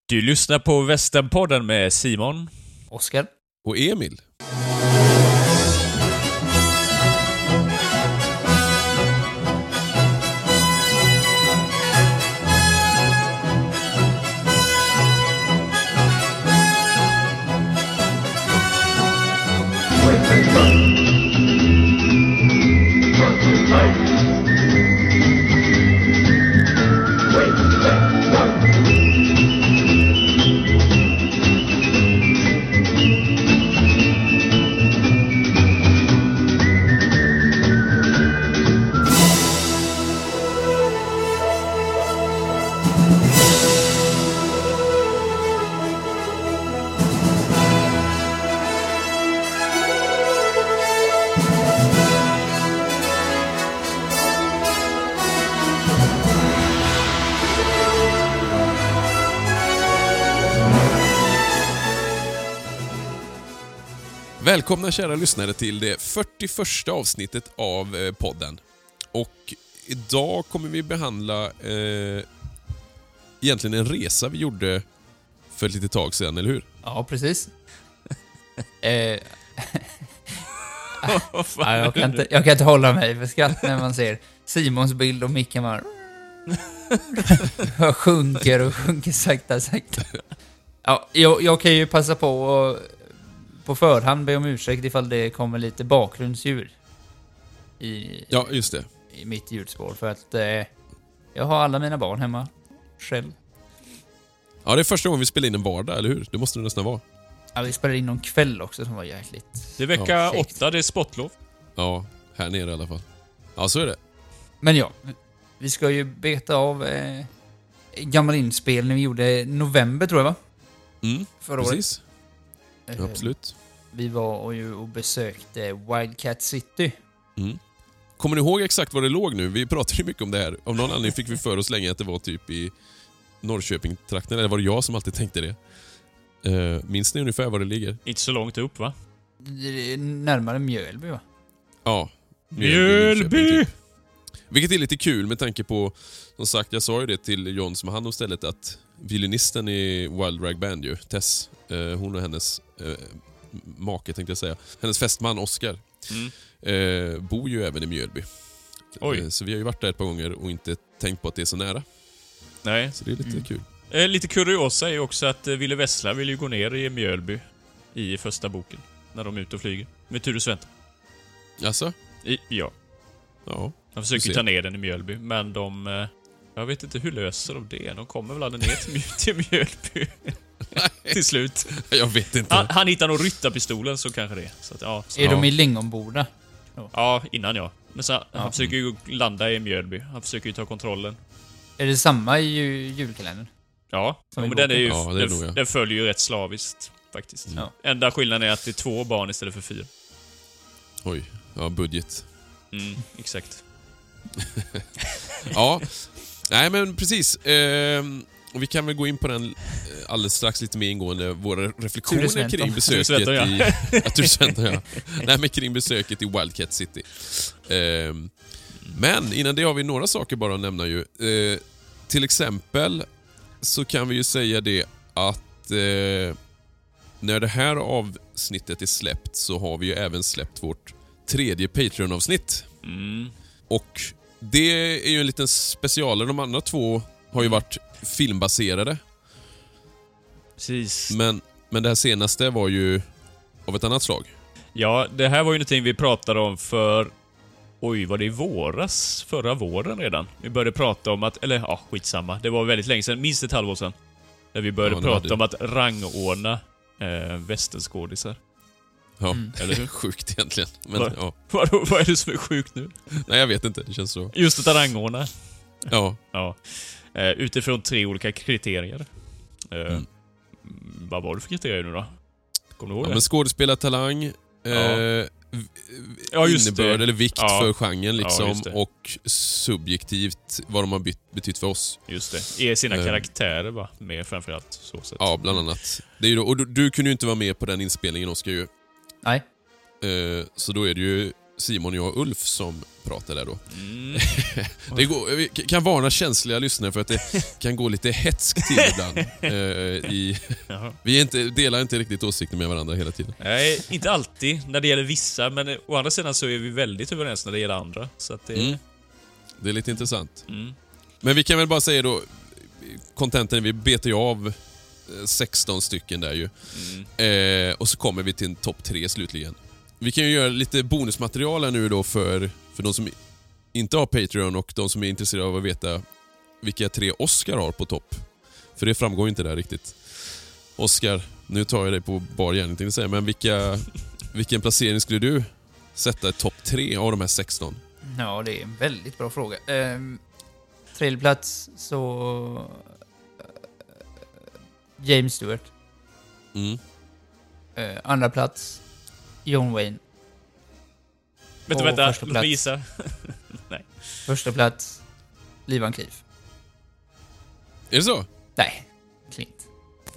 Du lyssnar på Västernpodden med Simon, Oskar och Emil. Välkomna kära lyssnare till det 41:a avsnittet av podden. Och idag kommer vi behandla egentligen en resa vi gjorde för ett litet tag sedan, eller hur? Ja, precis. Jag kan inte hålla mig för skratt när man ser Simons bild och micken var sjunker sakta. Ja, jag kan ju passa på förhand be om ursäkt ifall det kommer lite bakgrundsljud Ja, just det. I mitt ljudspår, för att jag har alla mina barn hemma själv. Ja, det är första gången vi spelar in en vardag, eller hur? Det måste det nästan vara. Ja, vi spelade in någon kväll också som var jäkligt. Det är vecka 8, det är sportlov. Ja, här nere i alla fall. Ja, så är det. Men ja, vi ska ju beta av gammal inspelning vi gjorde november, tror jag, va? Förra precis. året. Absolut. Vi var och besökte Wildcat City. Kommer ni ihåg exakt var det låg nu? Vi pratade ju mycket om det här. Av någon anledning fick vi för oss länge att det var typ i Norrköping-trakten. Eller var det jag som alltid tänkte det? Minns ni ungefär var det ligger? Inte så långt upp, va? Närmare Mjölby, va? Ja. Mjölby! Typ. Vilket är lite kul med tanke på, som sagt, jag sa ju det till John som har hand om stället, att violinisten i Wild Rag Band ju, Tess, hon och hennes make, tänkte jag säga, hennes fästman Oskar, bor ju även i Mjölby. Oj. Så vi har ju varit där ett par gånger och inte tänkt på att det är så nära. Nej. Så det är lite kul. Lite kuriosa är också att Ville Vessla vill ju gå ner i Mjölby i första boken, när de är ute och flyger. Med Ture Svente. Alltså? Ja. Ja. De försöker ta ner den i Mjölby, men jag vet inte hur löser de det. De kommer väl aldrig ner till Mjölby. Till slut. Jag vet inte. Han hittar nog ryttarpistolen, så kanske det. Så att, ja. Är de i Lingonboda? Ja, innan ja. Men så, han försöker ju landa i Mjölby. Han försöker ju ta kontrollen. Är det samma i julkalendern? Ja, men den är ju, den följer ju rätt slaviskt faktiskt. Ja. Enda skillnaden är att det är 2 barn istället för 4. Oj, ja, budget. Exakt. Ja, nej men precis. Och vi kan väl gå in på den alldeles strax lite mer ingående, våra reflektioner kring besöket kring besöket i Wildcat City. Men innan det har vi några saker bara att nämna ju. Till exempel så kan vi ju säga det att när det här avsnittet är släppt så har vi ju även släppt vårt 3:e Patreon-avsnitt. Och det är ju en liten specialare. De andra 2 har ju varit filmbaserade. Precis. Men det här senaste var ju av ett annat slag. Ja, det här var ju någonting vi pratade om för... var det i våras? Förra våren redan. Vi började prata om att... Eller, ja, skitsamma. Det var väldigt länge sedan, minst ett halvår sedan. Där vi började prata om att rangordna västerskådisar. Ja, eller hur? Sjukt egentligen. Men, vad är det som är sjukt nu? Nej, jag vet inte. Det känns så. Just att rangordna. Ja. Utifrån 3 olika kriterier. Vad var det för kriterier nu då? Kommer du ihåg det? Men skådespelartalang, innebörd eller vikt för genren liksom, och subjektivt vad de har betytt för oss. Just det. Är sina karaktärer, va? Med framförallt så sätt. Ja, bland annat. Det är ju då, och du kunde ju inte vara med på den inspelningen, Oskar, ju. Nej. Så då är det ju Simon, jag och Ulf som pratar där då. Mm. Vi kan varna känsliga lyssnare för att det kan gå lite hätskt till ibland. Jaha. Vi delar inte riktigt åsikter med varandra hela tiden. Nej, inte alltid när det gäller vissa, men å andra sidan så är vi väldigt överens när det gäller andra. Så att det... Det är lite intressant. Mm. Men vi kan väl bara säga då, contenten, vi betar ju av 16 stycken där ju. Och så kommer vi till en topp 3 slutligen. Vi kan ju göra lite bonusmaterial här nu då för de som inte har Patreon och de som är intresserade av att veta vilka 3 Oscar har på topp. För det framgår inte där riktigt. Oscar, nu tar jag dig på bar gärning tänkte jag säga, men vilken placering skulle du sätta i topp 3 av de här 16? Ja, det är en väldigt bra fråga. Tredje plats så... James Stewart. Andra plats John Wayne. Vänta, första låt mig plats. gissa. Nej. Första plats Lee Van Cleef. Är det så? Nej, Clint.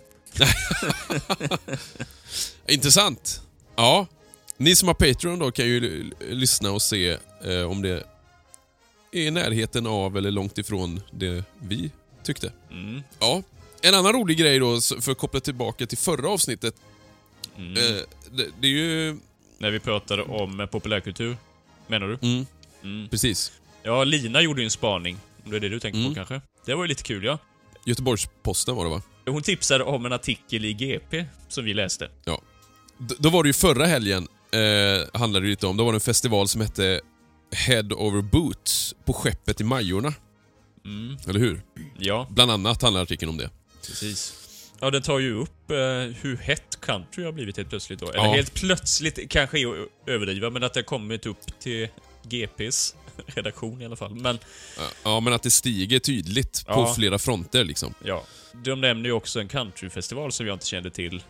Intressant. Ja. Ni som har Patreon då kan ju lyssna och se om det är i närheten av eller långt ifrån det vi tyckte. Ja. En annan rolig grej då, för att koppla tillbaka till förra avsnittet. Det är ju... När vi pratade om populärkultur, menar du? Precis. Ja, Lina gjorde ju en spaning. Om det är det du tänker på kanske. Det var ju lite kul, ja. Göteborgs-Posten var det, va? Hon tipsade om en artikel i GP som vi läste. Ja. Då var det ju förra helgen, handlade det lite om. Då var det en festival som hette Head Over Boots på skeppet i Majorna. Eller hur? Ja, Bland annat handlar artikeln om det. precis. Ja, den tar ju upp hur hett country har blivit helt plötsligt då. Eller Ja. helt plötsligt, kanske är att överdriva, men att det har kommit upp till GPs redaktion i alla fall. Men Ja, men att det stiger tydligt på flera fronter liksom. ja, de nämner ju också en countryfestival som jag inte kände till.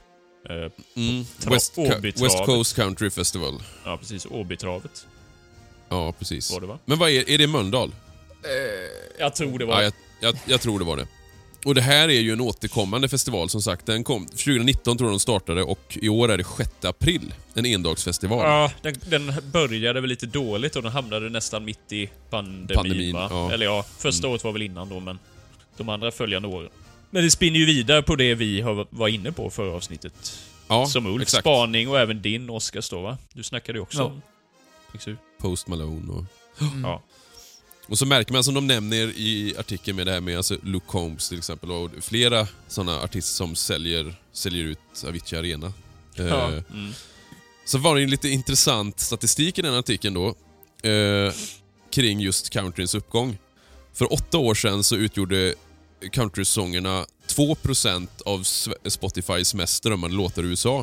West Coast Country Festival. Ja, precis. Åbytravet Ja, precis. var det, va? Men vad är det Mölndal? Jag tror det var... Ja, jag tror det var det. Och det här är ju en återkommande festival som sagt. Den kom 2019 tror jag de startade och i år är det 6 april. En endagsfestival. Ja, den började väl lite dåligt och den hamnade nästan mitt i pandemin va? Ja. Eller ja, första året var väl innan då, men de andra följande åren. Men det spinner ju vidare på det vi var inne på förra avsnittet. Ja, som Ulf, exakt. spaning och även din Oscars då, va? Du snackade ju också om... Post Malone och... Ja. Och så märker man som de nämner i artikeln med det här med alltså Luke Combs till exempel och flera sådana artister som säljer ut Avicii Arena. Så var det en lite intressant statistik i den artikeln då kring just countryns uppgång. För 8 år sedan så utgjorde countrysångerna 2% av Spotifys mest strömmade låtar i USA.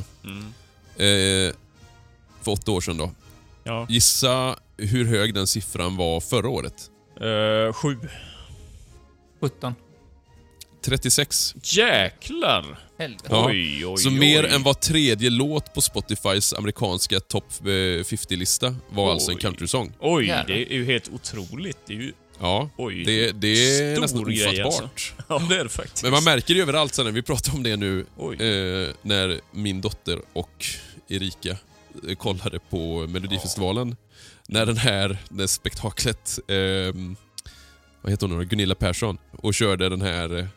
För 8 år sedan då. Ja. Gissa hur hög den siffran var förra året. 7. 17. 36. Jäklar! Helvete. Ja. Oj. Så mer än var tredje låt på Spotifys amerikanska Top 50-lista var alltså en countrysång. Oj, Jävlar. det är ju helt otroligt. Det är ju... Ja, Oj. det är Stor nästan grej, ofattbart. alltså. Ja, det är det faktiskt. Men man märker det överallt sen när vi pratar om det nu Oj. när min dotter och Erika kollade på Melodifestivalen. När det spektaklet vad heter hon nu? Gunilla Persson och körde den här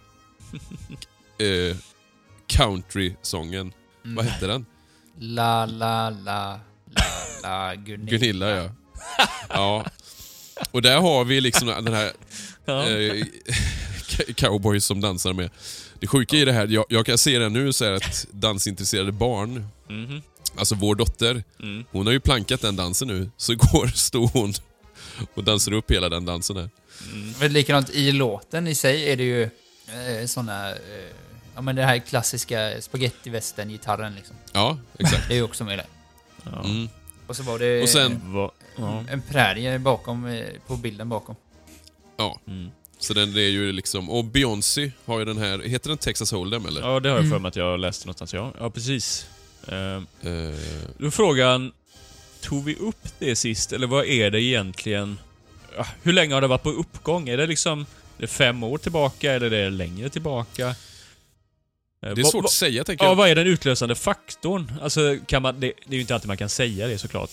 country-sången. Vad hette den? La Gunilla. Gunilla, ja. Ja. Och där har vi liksom den här cowboys som dansar med. Det sjuka i det här, jag kan se det nu så är att dansintresserade barn, alltså vår dotter, hon har ju plankat den dansen nu. Så igår stod hon och dansade upp hela den dansen här. Men likadant i låten i sig är det ju såna ja men det här klassiska spaghetti-västern-gitarren liksom. Ja, exakt. Det är ju också med det. Ja. Och så var det Och sen, en prärie bakom på bilden bakom. ja. Så den är ju liksom, och Beyoncé har ju den här, heter den Texas Hold'em eller? Ja, det har jag för mig att jag läste någonstans. Ja, precis. Då frågan, tog vi upp det sist? Eller vad är det egentligen? Hur länge har det varit på uppgång? Är det liksom 5 år tillbaka eller är det längre tillbaka? Det är svårt att säga, tänker jag. Ja, vad är den utlösande faktorn? Alltså, det är ju inte alltid man kan säga det såklart.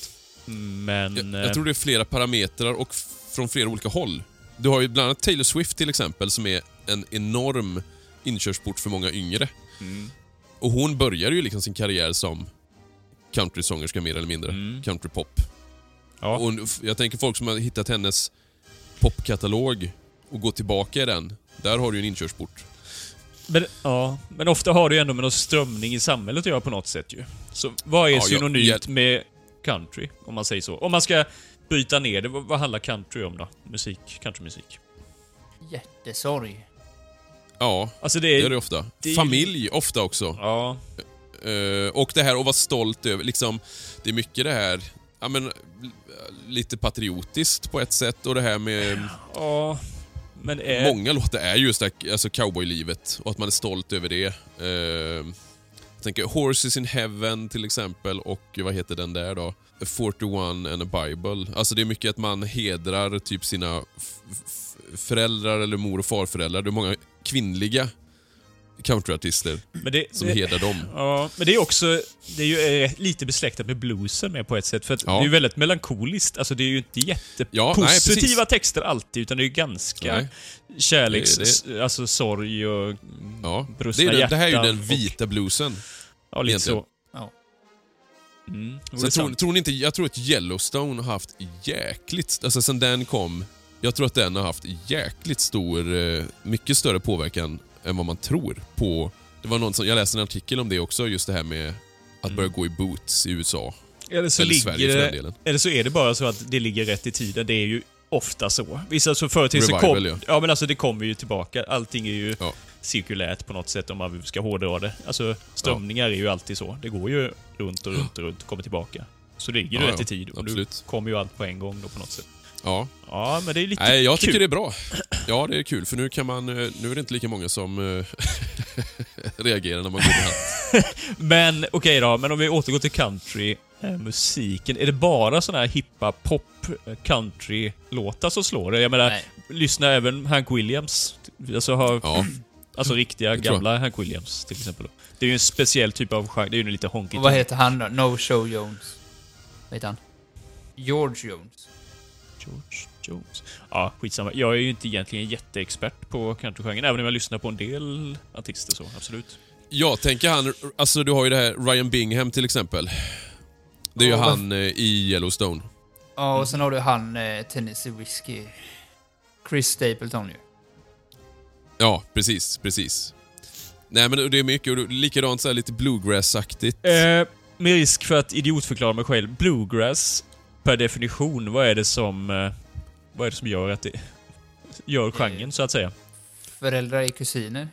Men... Jag tror det är flera parametrar och från flera olika håll. Du har ju bland annat Taylor Swift till exempel, som är en enorm inkörsport för många yngre. Och hon började ju liksom sin karriär som countrysångerska mer eller mindre. Countrypop. Ja. Och jag tänker folk som har hittat hennes popkatalog och gå tillbaka i den. Där har du ju en inkörsport. Men ofta har det ju ändå med någon strömning i samhället att göra på något sätt ju. Så vad är synonymt med country, om man säger så? Om man ska bryta ner det, vad handlar country om då? Countrymusik? Jättesorg. Ja, alltså det är det ofta. Familj ofta också. Ja. Och det här att vara stolt över, liksom, det är mycket det här, ja men, lite patriotiskt på ett sätt, och det här med... Ja, men många låtar är just det, alltså cowboylivet, och att man är stolt över det. Jag tänker Horses in Heaven till exempel, och vad heter den där då? 41 and a Bible. Alltså det är mycket att man hedrar typ sina föräldrar eller mor- och farföräldrar. Det är många kvinnliga countryartister som hedrar dem. Ja, men det är också, det är ju lite besläktat med bluesen med på ett sätt, för att det är ju väldigt melankoliskt. Alltså det är ju inte jättepositiva texter alltid, utan det är ju ganska alltså sorg och brustna hjärtan. Det här är ju den vita bluesen. Ja, lite egentligen. Så. Ja. Så tror ni inte, jag tror att Yellowstone har haft jäkligt, alltså sen den kom, jag tror att den har haft jäkligt stor, mycket större påverkan än vad man tror på. Det var någon som, jag läste en artikel om det också, just det här med att börja gå i boots i USA. Eller Sverige för den delen. Eller så är det bara så att det ligger rätt i tiden. Det är ju ofta så. Vissa så företeelser ja, men alltså det kommer ju tillbaka. Allting är ju cirkulärt på något sätt, om man ska hårdra det. Alltså strömningar är ju alltid så. Det går ju runt och runt och runt och kommer tillbaka. Så det ligger ju rätt i tid. Och nu kommer ju allt på en gång då på något sätt. Ja, men det är lite kul. Jag tycker det är bra. Ja, det är kul, för nu kan man, nu är det inte lika många som reagerar när man går med. Men okej då, men om vi återgår till country musiken, är det bara såna här hippa pop country låtar som slår det? Jag menar, lyssna även Hank Williams, alltså riktiga gamla Hank Williams till exempel. Det är ju en speciell typ av genre, det är ju lite honky. Vad heter han då? No Show Jones. Vad heter han? George Jones. Ja, skitsamma. Jag är ju inte egentligen jätteexpert på countrygenren, även om jag lyssnar på en del artister så, absolut. Jag tänker han, alltså du har ju det här Ryan Bingham till exempel. Det är ju han i Yellowstone. Ja, och sen har du han Tennessee Whiskey. Chris Stapleton ju. Ja, precis. Nej, men det är mycket, likadant så här lite bluegrass-aktigt. Med risk för att idiotförklara mig själv, bluegrass per definition, vad är det som gör att det gör genren så att säga? Föräldrar är kusiner.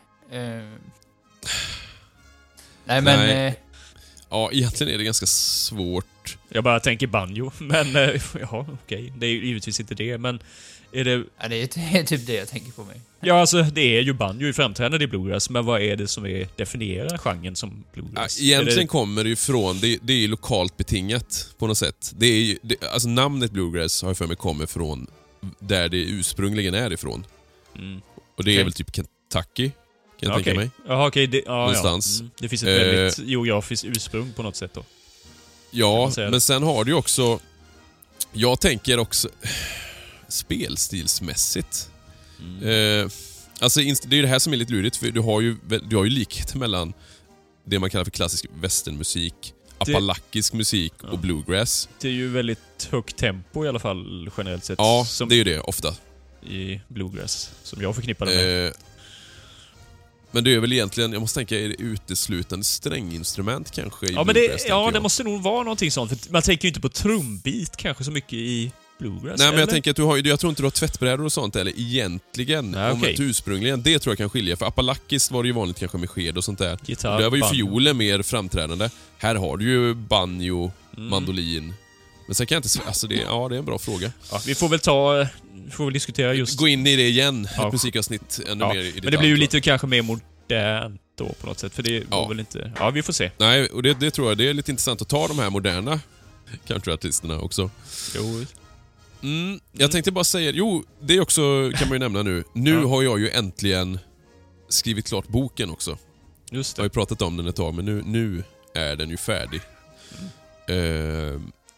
Nej. Ja, egentligen är det ganska svårt. Jag bara tänker banjo, men okej. Det är ju givetvis inte det, men är det... Ja, det är typ det jag tänker på mig. Ja, alltså det är ju banjo i framträdande i bluegrass, men vad är det som definierar genren som bluegrass? Ja, egentligen kommer det ju från, det är ju lokalt betingat på något sätt. Det är ju, alltså namnet bluegrass har jag för mig kommer från där det ursprungligen är ifrån. Och det är väl typ Kentucky, kan jag tänka mig. Jaha, okej. Någonstans. Det finns ett väldigt geografiskt ursprung på något sätt då. Ja, men sen har du ju också, jag tänker också spelstilsmässigt. Alltså det är ju det här som är lite lurigt, för du har ju likheter mellan det man kallar för klassisk westernmusik, appalachisk musik och bluegrass. Det är ju väldigt högt tempo i alla fall generellt sett. Ja, det är ju det ofta. I bluegrass, som jag förknippar det med. Men det är väl egentligen, jag måste tänka, är det uteslutande stränginstrument kanske i men bluegrass? det måste nog vara någonting sånt, för man tänker ju inte på trumbit kanske så mycket i bluegrass. Nej, men jag tänker att jag tror inte du har tvättbrädor och sånt, eller egentligen, om att ursprungligen, det tror jag kan skilja, för appalakiskt var det ju vanligt kanske med sked och sånt där. Gitarr, där var ju fiolen mer framträdande. Här har du ju banjo, mandolin. Men sen kan jag inte, alltså det är en bra fråga. Ja, vi får väl diskutera just... Gå in i det igen, ett musikavsnitt ännu mer i detalj. Men det blir ju lite kanske mer modernt då på något sätt, för det var väl inte... Ja, vi får se. Nej, och det tror jag, det är lite intressant att ta de här moderna countryartisterna också. Jo. Jag tänkte bara säga, det är också, kan man ju nämna nu. Nu har jag ju äntligen skrivit klart boken också. Just det. Jag har ju pratat om den ett tag, men nu är den ju färdig.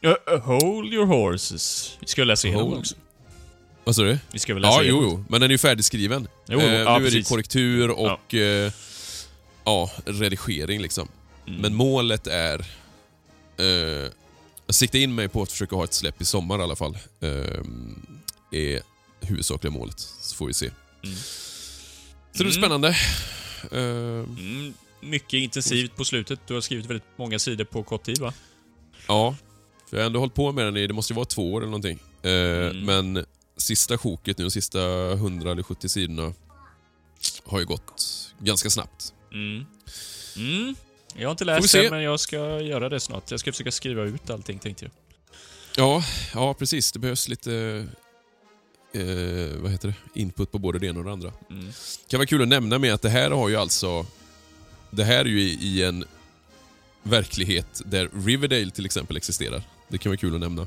Hold your horses. Vi ska läsa igenom också. Vad sa du? Vi ska väl läsa igenom. Jo. Men den är ju färdigskriven. Jo, nu är det precis. korrektur och redigering liksom. Men målet är... jag siktar in mig på att försöka ha ett släpp i sommar i alla fall. Är huvudsakliga målet. Så får vi se. Så det är spännande. Mycket intensivt på slutet. Du har skrivit väldigt många sidor på kort tid, va? Ja, för jag har ändå hållit på med den i, det måste ju vara 2 år eller någonting. Men sista sjoket nu, de sista 100 eller 70 sidorna har ju gått ganska snabbt. Jag har inte läst det, men jag ska göra det snart. Jag ska försöka skriva ut allting, tänkte jag. Ja, precis. Det behövs lite input på både det ena och det andra. Det kan vara kul att nämna med att det här har ju alltså... Det här är ju i en verklighet där Riverdale till exempel existerar. Det kan vara kul att nämna.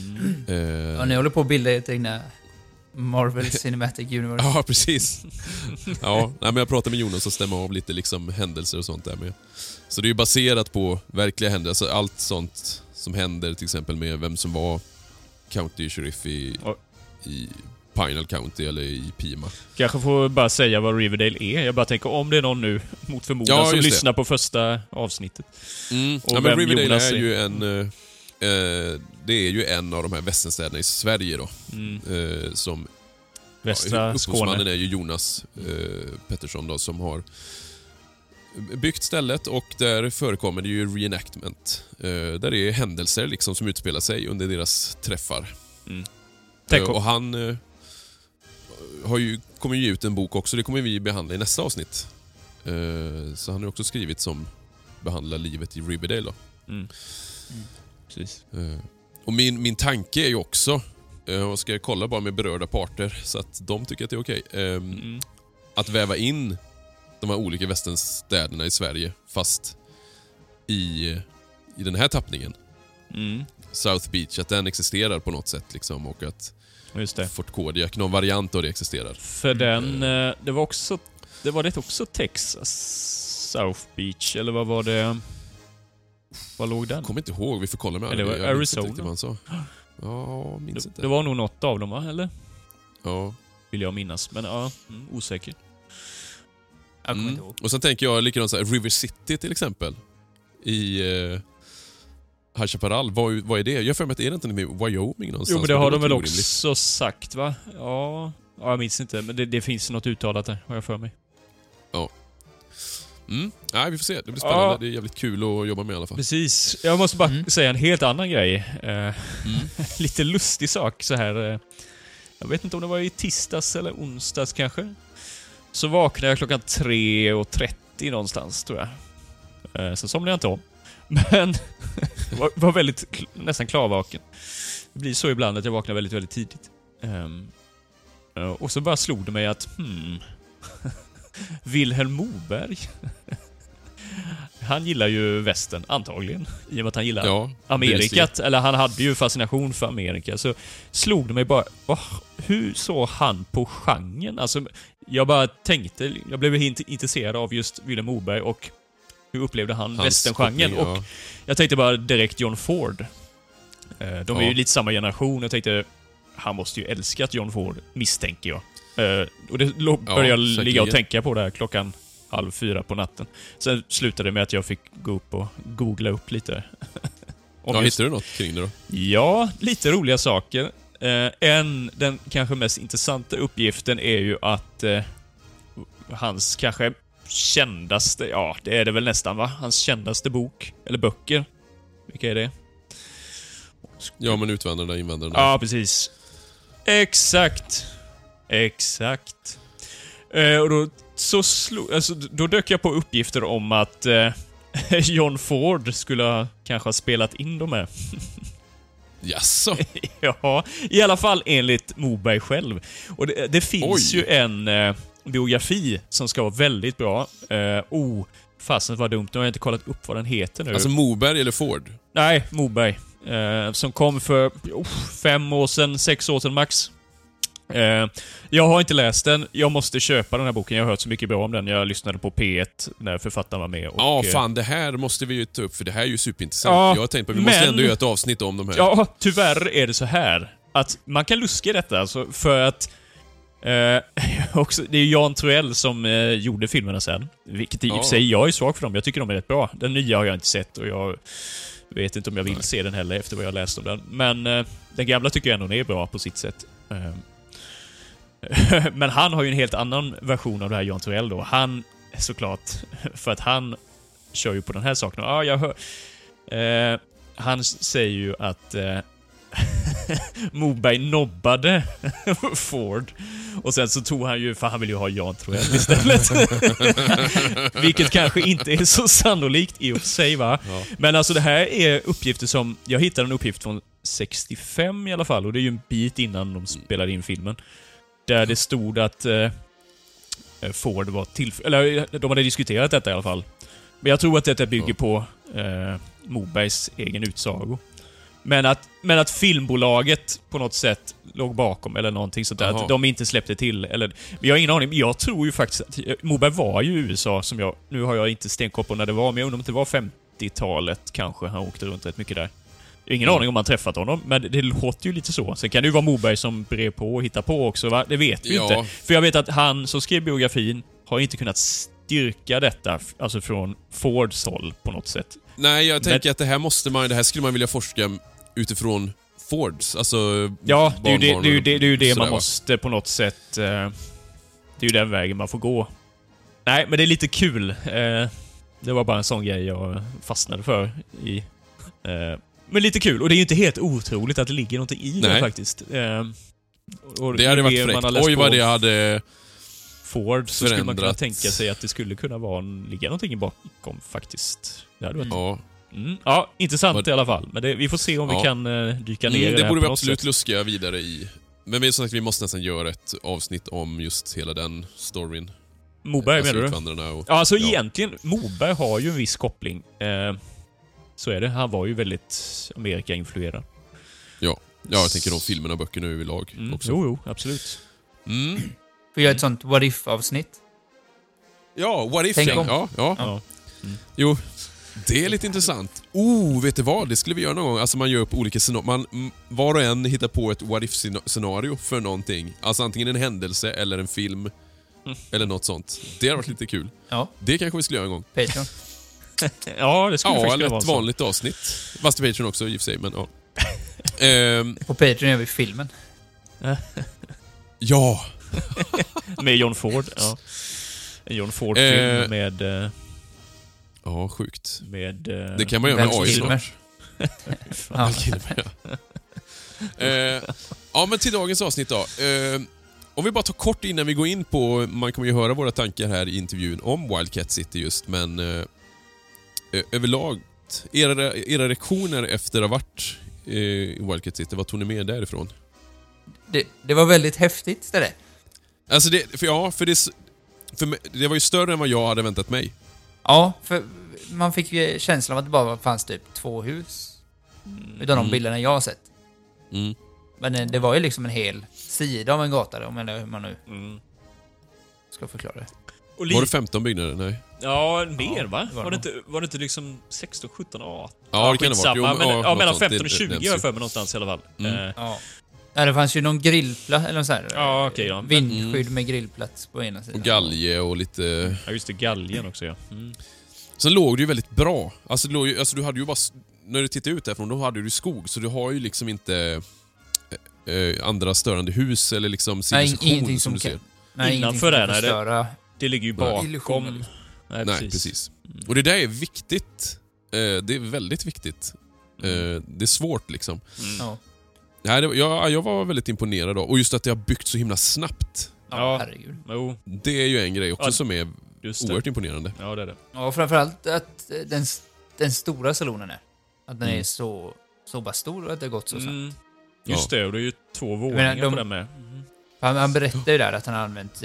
Ni håller på att bilda ett egna Marvel Cinematic Universe. Ja, precis. Men jag pratade med Jonas och stämde av lite liksom händelser och sånt där med. Så det är ju baserat på verkliga händelser. Allt sånt som händer till exempel med vem som var County Sheriff i Pinal County eller i Pima. Kanske får bara säga vad Riverdale är. Jag bara tänker om det är någon nu mot förmodan som lyssnar på första avsnittet. Men Riverdale är ju det är ju en av de här västernstäderna i Sverige då. Som Västra Skåne. Upphovsmannen är ju Jonas Pettersson då, som har byggt stället, och där förekommer det ju reenactment. Där det är händelser liksom som utspelar sig under deras träffar. Och han kommer ju ut en bok också, det kommer vi behandla i nästa avsnitt. Så han har också skrivit som behandlar livet i Riverdale då. Precis. Och min tanke är ju också, och ska jag kolla bara med berörda parter så att de tycker att det är okej, att väva in de här olika västernstäderna i Sverige fast i den här tappningen. South Beach, att den existerar på något sätt liksom, och att just det. Fort Kodiak, någon variant av det existerar. För den, det var också Texas South Beach, eller vad var det? Vad låg den? Jag kommer inte ihåg, vi får kolla med eller det var Arizona. Vad han sa. Ja, minns inte. Det var nog något av dem, va? Eller? Ja. Vill jag minnas, men osäker. Jag kommer inte ihåg. Och sen tänker jag likadant så här, River City till exempel i High Chaparral, vad är det? Jag för mig att är det inte med Wyoming någonstans? Jo, men det har de väl också sagt, va? Ja, jag minns inte, men det finns något uttalat där, har jag för mig. Ja. Nej, vi får se. Det blir spännande. Ja. Det är jävligt kul att jobba med i alla fall. Precis. Jag måste bara säga en helt annan grej. Lite lustig sak så här. Jag vet inte om det var i tisdags eller onsdags kanske. Så vaknade jag klockan 3:30 någonstans, tror jag. Så somnade jag inte om. Men var väldigt nästan klarvaken. Det blir så ibland att jag vaknar väldigt, väldigt tidigt. Och så bara slog det mig att Vilhelm Moberg han gillar ju västern, antagligen. I och med att han gillar Amerikat. Eller han hade ju fascination för Amerika. Så slog det mig bara, hur såg han på genren? Alltså, jag bara tänkte, jag blev helt intresserad av just Vilhelm Moberg och hur upplevde han västerngenren. Och jag tänkte bara direkt John Ford. De är ju lite samma generation. Jag tänkte, han måste ju älskat John Ford, misstänker jag. Och det började jag ligga och tänka på där klockan 3:30 på natten. Sen slutade det med att jag fick gå upp och googla upp lite. Hittade du något kring det då? Ja, lite roliga saker. Den kanske mest intressanta uppgiften är ju att hans kanske kändaste, det är det väl nästan, va? Hans kändaste bok, eller böcker. Vilka är det? Ja, men Utvandrarna, Invandrarna. Ja, precis. Exakt. Och då dök jag på uppgifter om att John Ford skulle kanske ha spelat in dem med. Jaså? Ja, i alla fall enligt Moberg själv. Och det finns ju en biografi som ska vara väldigt bra. Fasen var dumt, nu har jag inte kollat upp vad den heter nu. Alltså Moberg eller Ford? Nej, Moberg. Som kom för 5 år sedan, 6 år sedan max. Jag har inte läst den. Jag måste köpa den här boken. Jag har hört så mycket bra om den. Jag lyssnade på P1 när författaren var med. Ja, fan, det här måste vi ju ta upp, för det här är ju superintressant. Ja, jag har tänkt på vi måste ändå göra ett avsnitt om de här. Ja, tyvärr är det så här att man kan luska detta, alltså, för att också, det är Jan Troell som gjorde filmerna sen. Vilket i och för sig, jag är svag för dem. Jag tycker de är rätt bra. Den nya har jag inte sett och jag vet inte om jag vill se den heller efter vad jag läst om den. Men den gamla tycker jag ändå är bra på sitt sätt. Men han har ju en helt annan version av det här, Jan Troell då. Han, såklart, för att han kör ju på den här saken. Ja, jag hör... han säger ju att Moberg nobbade Ford. Och sen så tog han ju, för han vill ju ha Jan Troell istället. Vilket kanske inte är så sannolikt i och för sig, va? Ja. Men alltså det här är uppgifter som... Jag hittade en uppgift från 65 i alla fall. Och det är ju en bit innan de spelade in filmen. Där det stod att Ford var eller de hade diskuterat detta i alla fall. Men jag tror att detta bygger på Mobergs egen utsago. Men att filmbolaget på något sätt låg bakom eller någonting sånt där. Att de inte släppte till. Eller, jag har ingen aning. Jag tror ju faktiskt att Moberg var ju i USA som nu har jag inte stenkoll på när det var, men jag undrar om det var 50-talet kanske. Han åkte runt rätt mycket där. Ingen aning om man träffat honom, men det låter ju lite så. Sen kan det ju vara Moberg som brev på och hittar på också, va? Det vet vi ju inte. För jag vet att han som skrev biografin har inte kunnat styrka detta, alltså från Fords håll på något sätt. Nej, jag tänker att det här skulle man vilja forska utifrån Fords, alltså... Ja, det är ju det man måste på något sätt... det är ju den vägen man får gå. Nej, men det är lite kul. Det var bara en sån grej jag fastnade för i... Men lite kul, och det är ju inte helt otroligt att det ligger någonting i det faktiskt. Och det hade varit fräckt. Oj, vad det hade Ford, så skulle man kunna tänka sig att det skulle kunna ligga någonting bakom faktiskt. Det hade varit... Ja, intressant i alla fall. Men vi får se om vi kan dyka ner i det här. Det borde vi absolut luska vidare i. Men vi måste nästan göra ett avsnitt om just hela den storyn. Moberg, menar du? Ja, alltså egentligen, Moberg har ju en viss koppling. Så är det. Han var ju väldigt Amerika-influerad. Ja, jag tänker de filmerna och böckerna överlag också. Jo, absolut. Vi gör ett sånt what if-avsnitt. Ja, what if. Ja. Jo, det är lite intressant. Vet du vad? Det skulle vi göra någon gång. Alltså man gör upp olika scenarier. Var och en hittar på ett what if-scenario för någonting. Alltså antingen en händelse eller en film. Eller något sånt. Det har varit lite kul. Ja. Det kanske vi skulle göra en gång. Patreon. Ja, det skulle faktiskt eller vara ett vanligt avsnitt. Fast i Patreon också, i och för sig, men ja. På Patreon gör vi filmen. Ja. Med John Ford, ja. En John Ford-film med... Ja, sjukt. Med... det kan man göra med AI snart. Ja, men till dagens avsnitt då. Om vi bara tar kort innan vi går in på... Man kommer ju höra våra tankar här i intervjun om Wildcat City just, men... överlag, era reaktioner efter att ha varit i Wildcat City, vad tog ni med därifrån? Det var väldigt häftigt, det där. Alltså det var ju större än vad jag hade väntat mig. Ja, för man fick ju känslan av att det bara fanns typ 2 hus utav de bilderna jag har sett. Men det var ju liksom en hel sida av en gata, om eller hur man nu ska förklara det. Var det 15 byggnader? Nej. Ja, mer va? Var det inte liksom 16, 17, 18? Ja, det kan det vara. Mellan 15 och 20 har jag för mig någonstans i alla fall. Ja, det fanns ju någon grillplats, eller så här. Ja, okej, ja. Vindskydd med grillplats på ena sidan. Och galge och lite... Ja, just det, galgen också, ja. Sen låg det ju väldigt bra. Alltså du hade ju bara... När du tittar ut därifrån, då hade du skog. Så du har ju liksom inte andra störande hus eller liksom civilisation som du ser. Nej, innanför det. Det ligger ju bakom. Nej, precis. Och det där är viktigt. Det är väldigt viktigt. Det är svårt liksom. Jag var väldigt imponerad då. Och just att det har byggt så himla snabbt. Ja, herregud. Det är ju en grej också som är oerhört imponerande. Ja, det är det. Ja, framförallt att den stora salonen är. Att den är så bara stor och att det har gått så snabbt. Just det, och det är ju 2 våningar på den med. Han berättade ju där att han har använt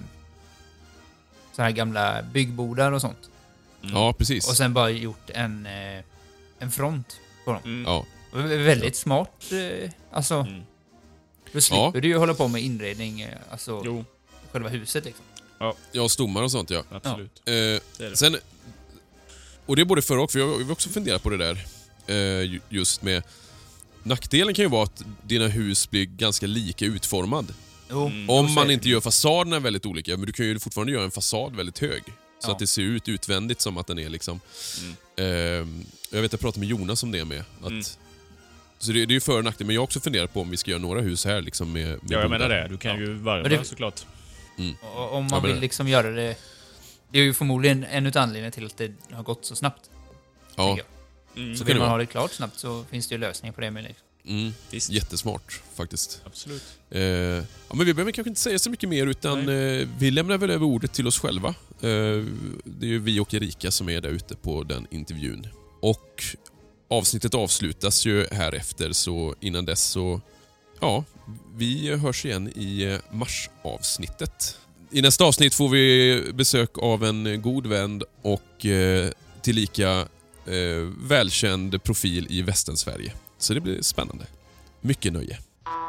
så här gamla byggbodar och sånt. Ja, precis. Och sen bara gjort en front på dem. Ja. Väldigt smart. Alltså, Då slipper du ju hålla på med inredning, alltså själva huset liksom. Ja, stommar och sånt, ja. Absolut. Sen, och det är både för och, för jag har också funderat på det där. Just med... Nackdelen kan ju vara att dina hus blir ganska lika utformad. Om man inte gör fasaderna väldigt olika, men du kan ju fortfarande göra en fasad väldigt hög. Så att det ser ut utvändigt som att den är liksom... jag vet, jag pratade med Jonas om det med. Så det är ju för och nackdel, men jag har också funderat på om vi ska göra några hus här liksom med ja, jag menar det. Du kan ju varva såklart. Om man vill liksom göra det... Det är ju förmodligen en utav anledningarna till att det har gått så snabbt. Ja. Så vill man ha det klart snabbt så finns det ju lösningar på det med liksom. Jättesmart faktiskt. Absolut. Ja, men vi behöver kanske inte säga så mycket mer, utan vi lämnar väl över ordet till oss själva. Det är ju vi och Erika som är där ute på den intervjun. Och avsnittet avslutas ju här efter, så innan dess så... Ja, vi hörs igen i marsavsnittet. I nästa avsnitt får vi besök av en god vän och tillika välkänd profil i Västernsverige. Så det blir spännande. Mycket nöje.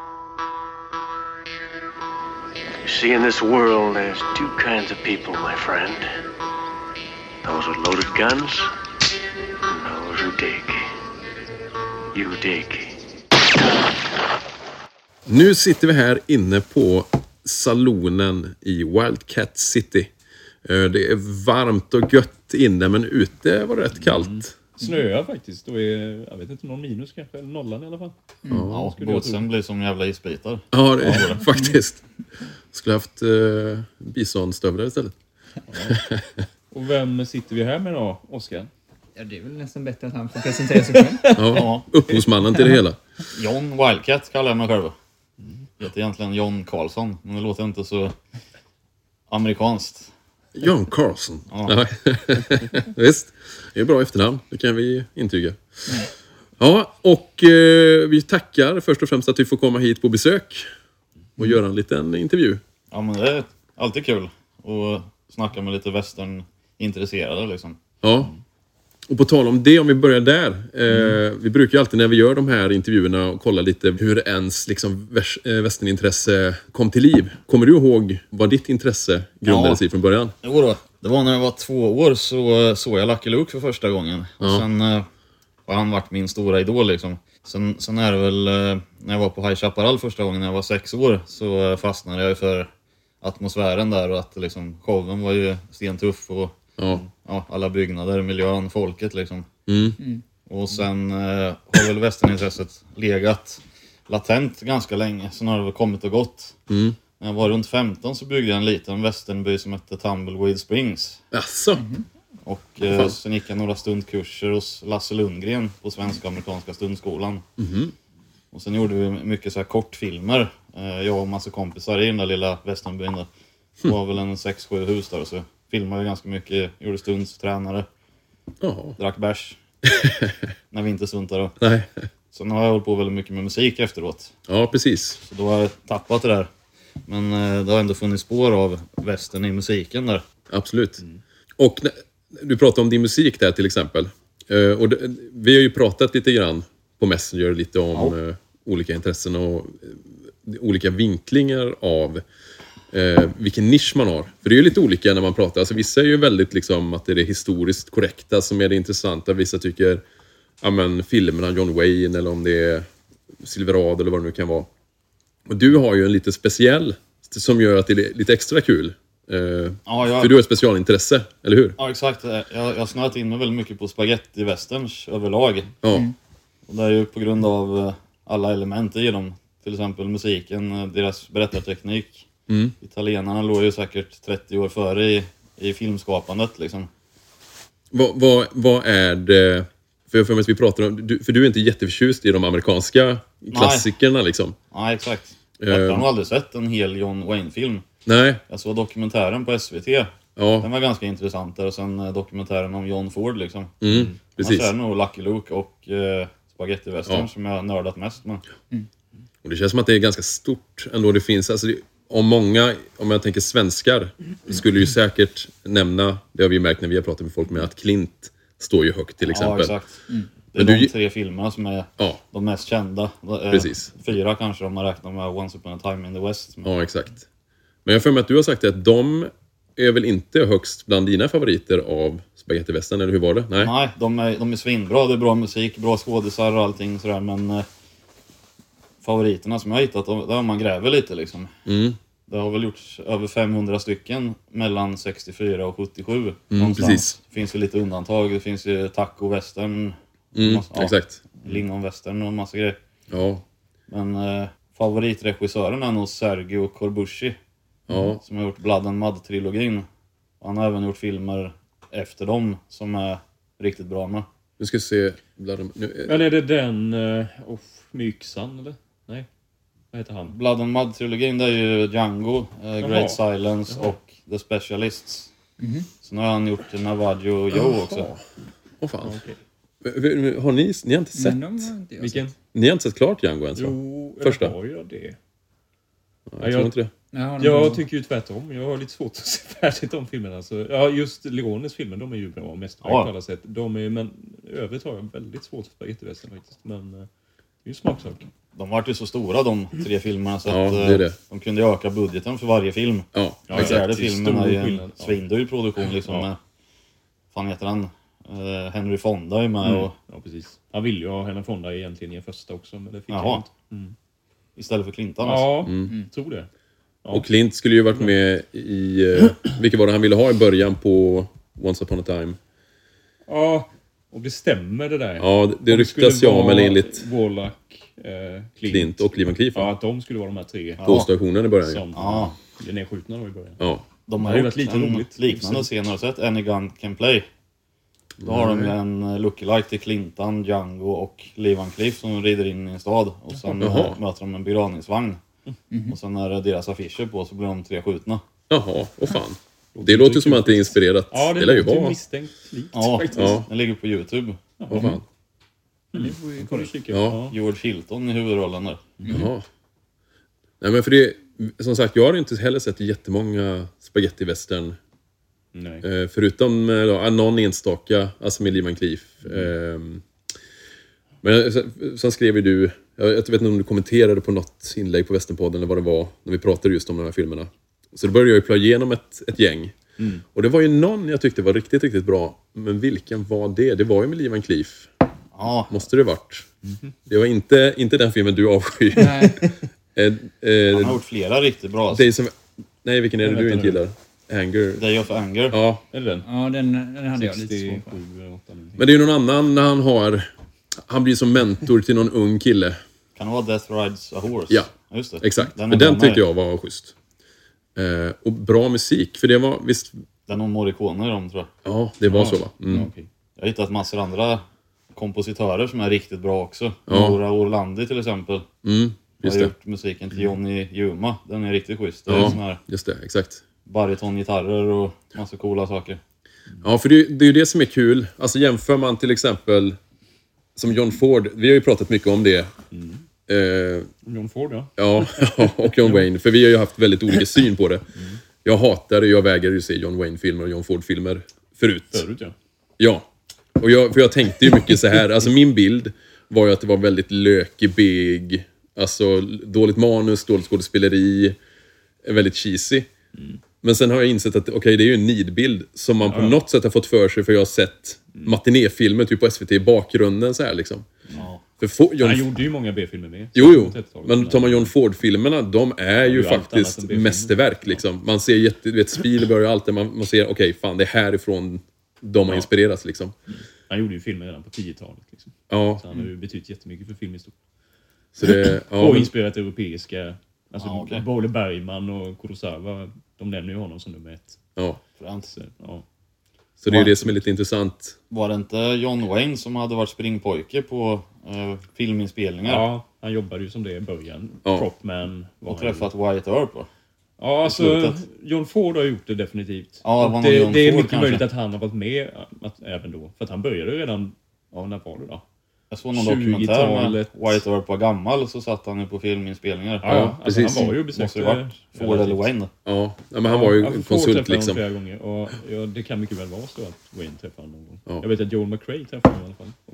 See, in this world there's two kinds of people, my friend. Those with loaded guns and those who dig. You dig. Nu sitter vi här inne på salonen i Wildcat City. Det är varmt och gött inne, men ute var det rätt kallt. Snöar faktiskt. Då är, jag vet inte, någon minus kanske, eller nollan i alla fall. Ja, båtsen blir som jävla isbitar. Ja, det är faktiskt. Skulle haft bisonstövlar istället. Ja. Och vem sitter vi här med då, Oskar? Ja, det är väl nästan bättre att han får presentera sig själv. Ja, upphovsmannen till det hela. John Wildcat kallar jag mig själv. Det heter egentligen John Karlsson, men det låter inte så amerikanskt. John Carlson. Ja. Visst, det är bra efternamn, det kan vi intyga. Ja, och vi tackar först och främst att vi får komma hit på besök och göra en liten intervju. Ja, men det är alltid kul att snacka med lite västernintresserade liksom. Ja, och på tal om det, om vi börjar där. Vi brukar ju alltid när vi gör de här intervjuerna kolla lite hur ens liksom, västernintresse kom till liv. Kommer du ihåg vad ditt intresse grundades i från början? Jo då. Det var när jag var 2 år så såg jag Lucky Luke för första gången. Och sen har han varit min stora idol liksom. Sen är det väl när jag var på High Chaparral första gången när jag var 6 år så fastnade jag för atmosfären där och att liksom, showen var ju stentuff och alla byggnader, miljön, folket liksom. Och sen har väl västernintresset legat latent ganska länge. Sen har det väl kommit och gått. När jag var runt 15 så byggde jag en liten västernby som hette Tumbleweed Springs. Asså? Och sen gick jag några stundkurser hos Lasse Lundgren på Svenska Amerikanska Stundskolan. Och sen gjorde vi mycket så här kortfilmer. Jag och massa kompisar i den där lilla västernbyn där. Det var väl en 6-7 hus där, så filmade ganska mycket, gjorde stundstränare. Drack bärs. När vi inte stuntade då. Nej. Sen har jag hållit på väldigt mycket med musik efteråt. Ja, precis. Så då har jag tappat det där. Men det har ändå funnits spår av västern i musiken där. Absolut. Och du pratade om din musik där till exempel. Och vi har ju pratat lite grann på Messenger lite om olika intressen och olika vinklingar av vilken nisch man har. För det är ju lite olika när man pratar. Alltså vissa är ju väldigt liksom att det är det historiskt korrekta som är det intressanta. Vissa tycker filmerna John Wayne eller om det är Silverado eller vad det nu kan vara. Och du har ju en lite speciell som gör att det är lite extra kul. För du har ett specialintresse, eller hur? Ja, exakt. Jag har snöat in mig väldigt mycket på spaghetti-westerns överlag. Och det är ju på grund av alla element i dem. Till exempel musiken, deras berättarteknik. Italienarna låg ju säkert 30 år före i filmskapandet liksom. Vad är det... För vi pratar om, för du är inte jätteförtjust i de amerikanska klassikerna liksom. Nej, exakt. Jag har aldrig sett en hel John Wayne-film. Nej. Jag såg dokumentären på SVT. Den var ganska intressant. Och sen dokumentären om John Ford liksom. Precis. Och så är det nog Lucky Luke och Spaghetti Western som jag nördat mest med. Och det känns som att det är ganska stort ändå. Det finns, alltså, om jag tänker svenskar, skulle ju säkert nämna, det har vi märkt när vi har pratat med folk med, att Klint står ju högt till exempel. Ja, exakt. Det är Men de 3 filmerna som är Ja, de mest kända. precis. 4 kanske om man räknar med Once upon a time in the West. Ja, exakt. Men jag får med att du har sagt att de är väl inte högst bland dina favoriter av Spaghetti Western, eller hur var det? Nej. Nej, de är svinbra. Det är bra musik, bra skådisar och allting sådär. Men favoriterna som jag har hittat, där har man gräver lite liksom. Mm. Det har väl gjorts över 500 stycken mellan 64 och 77. Precis. Det finns ju lite undantag. Det finns ju taco western. Exakt. Lingon western och massa grejer. Ja. Men favoritregissören är nog Sergio Corbucci. Ja. Som har gjort Blood and Mud-trilogin. Han har även gjort filmer efter dem som är riktigt bra med. Nu ska vi se. Men är det den... Myxan, eller? Nej. Vad heter han? Blood and Mud-trilogin, det är ju Django, Great Silence och The Specialists. Sen har han gjort Navajo och Joe också. Åh fan. Har ni har inte sett? Vilken? Ni har inte sett klart Django ens, va? Jo, Första? eller har jag det? Jag tror inte det. Jag tycker ju tvärtom. Jag har lite svårt att se färdigt de filmerna. Så, ja, just Leones filmer, de är ju bra mest på alla sätt. Men övrigt har jag väldigt svårt för Spaghetti-västern faktiskt. Men det är ju smaksak. De var ju så stora de 3 filmerna så att det är det. de kunde öka budgeten för varje film. Ja, Den fjärde filmen är ju en skillnad. svindyr produktion liksom med, fan heter han? Henry Fonda är med och... Ja, precis. Han ville ju ha Henry Fonda egentligen i en första också, men det fick Jaha. jag inte. Istället för Clinton Ja, tror det. Ja. Och Clint skulle ju varit med i... vilket var det han ville ha i början på Once upon a time? Ja, och det stämmer det där. Ja, det ryktas ju om, eller enligt Warlock, Clint och Lee Van Cleef. Ja, att de skulle vara de här 3 På stationen i början. som blev nedskjutna då i början. Ja. De Det har har ju gjort varit lite en roligt. liknande scen, har du sett? Any Gun Can Play. Då har de ju en lookalike till Clinton, Django och Lee Van Cleef som rider in i en stad. Och sen möter de en begravningsvagn. Och sen när det är deras affischer på så blir de 3 skjutna. Jaha, åh fan. Det låter ju som att det är inspirerat. Ja, det lär ju låter ju vara. misstänkt likt Ja, faktiskt. Ja. den ligger på YouTube. Åh fan. Det får vi kolla och kika. Ja. George Hilton i huvudrollen där. Jaha. Nej, men för det... Som sagt, jag har inte heller sett jättemånga spaghetti-western. Nej. Förutom någon enstaka, alltså med Lee Van Cleef. Men sen skrev ju du... Jag vet inte om du kommenterade på något inlägg på Västernpodden eller vad det var när vi pratade just om de här filmerna. Så då började jag ju plöja igenom ett gäng. Och det var ju någon jag tyckte var riktigt, riktigt bra. Men vilken var det? Det var ju med Lee Van Cleef. Ja, Måste det varit. Det var inte den filmen du avskyr. Nej. han har gjort flera riktigt bra. Nej, vilken är det du inte gillar? Anger. Day of Anger. Ja, Eller den? Ja, den hade jag lite 67, svårt för. 8, men det är ju någon annan när han blir som mentor till någon ung kille. Kan det vara Death Rides a Horse? Ja, just det. exakt. Den, Men den tyckte jag var schysst. Och bra musik, för det var visst... Den har Morricone i dem tror jag. Ja, det var så va? Ja, okej. Jag har hittat massor andra kompositörer som är riktigt bra också. Ja. Nora Orlandi till exempel. Just har det. gjort musiken till Johnny Yuma. Den är riktigt schysst. Det är sån här Just det, exakt. baritongitarrer och massa coola saker. Ja, för det är ju det som är kul. Alltså jämför man till exempel som John Ford. Vi har ju pratat mycket om det. John Ford, ja. Ja, och John Wayne. För vi har ju haft väldigt olika syn på det. Jag hatar det. Jag vägrar ju se John Wayne-filmer och John Ford-filmer förut. Förut, ja. Ja. Och jag tänkte ju mycket så här. Alltså min bild var ju att det var väldigt lökig. Alltså dåligt manus, dåligt skådespeleri. Väldigt cheesy. Men sen har jag insett att okej, det är ju en nidbild som man på något sätt har fått för sig, för jag har sett matinéfilmer typ på SVT i bakgrunden så här liksom. Ja. För Han gjorde ju många B-filmer med. Jo. Men tar man John Ford-filmerna, de är ju allt annat faktiskt än B-filmer. mästerverk liksom. Man ser du vet, Spielberg och allt det. Man ser, okej, fan, det är härifrån de har inspirerats liksom. Han gjorde ju filmer redan på 10-talet. Liksom. Ja, Så han har ju betytt jättemycket för filmhistoria. så det... Ja, Och men, inspirerat europeiska. Alltså okej. både Bergman och Kurosawa, de nämner ju honom som nummer 1. ja. Fränt. Så, ja. Så det är ju det som är lite intressant. Var det inte John Wayne som hade varit springpojke på filminspelningar? Ja, han jobbade ju som det i början. Ja. Propman var Och han ju. träffat Wyatt Earp va? Ja, alltså slutet. John Ford har gjort det definitivt. Ja, Och det var det, nog John det är Ford mycket kanske. möjligt att han har varit med även då. För att han började ju redan, ja när var det då? Jag såg någon dokumentär med 20-talet. Wyatt Earp var gammal, så satt han ju på filminspelningar. Ja, alltså precis. han var ju Måste besökte... det varit Ford eller Wayne? Ja, men han var ju Ford konsult träffade honom liksom. flera gånger. Och ja, det kan mycket väl vara så att Wayne träffade honom någon gång. Ja. Jag vet att Joel McRae träffade honom i alla fall också.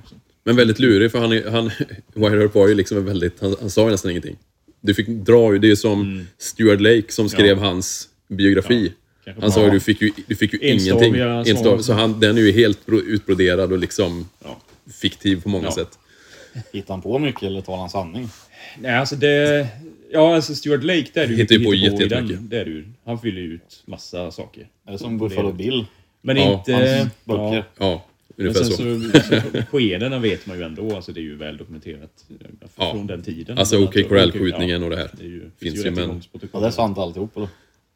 Men väldigt lurig, för han Wyatt Earp var ju liksom väldigt... Han sa ju nästan ingenting. Du fick dra ju, det är som Stuart Lake som skrev hans biografi. Han sa ju du fick ju ingenting. Så den är ju helt utbroderad och liksom fiktiv på många sätt. Hittar han på mycket eller talar han sanning? Nej, alltså det... Ja, alltså Stuart Lake, där är du hittar ju på jättemycket. Där du. Han fyller ut massa saker. Är det som Buffalo Bill? Men inte... Böcker. Ja, ungefär men så. Så skedena vet man ju ändå, alltså det är ju väl dokumenterat från den tiden. Alltså OK Corral-skjutningen och det här. Det är ju, finns ju, men... Ja, det är sant alltihop, eller?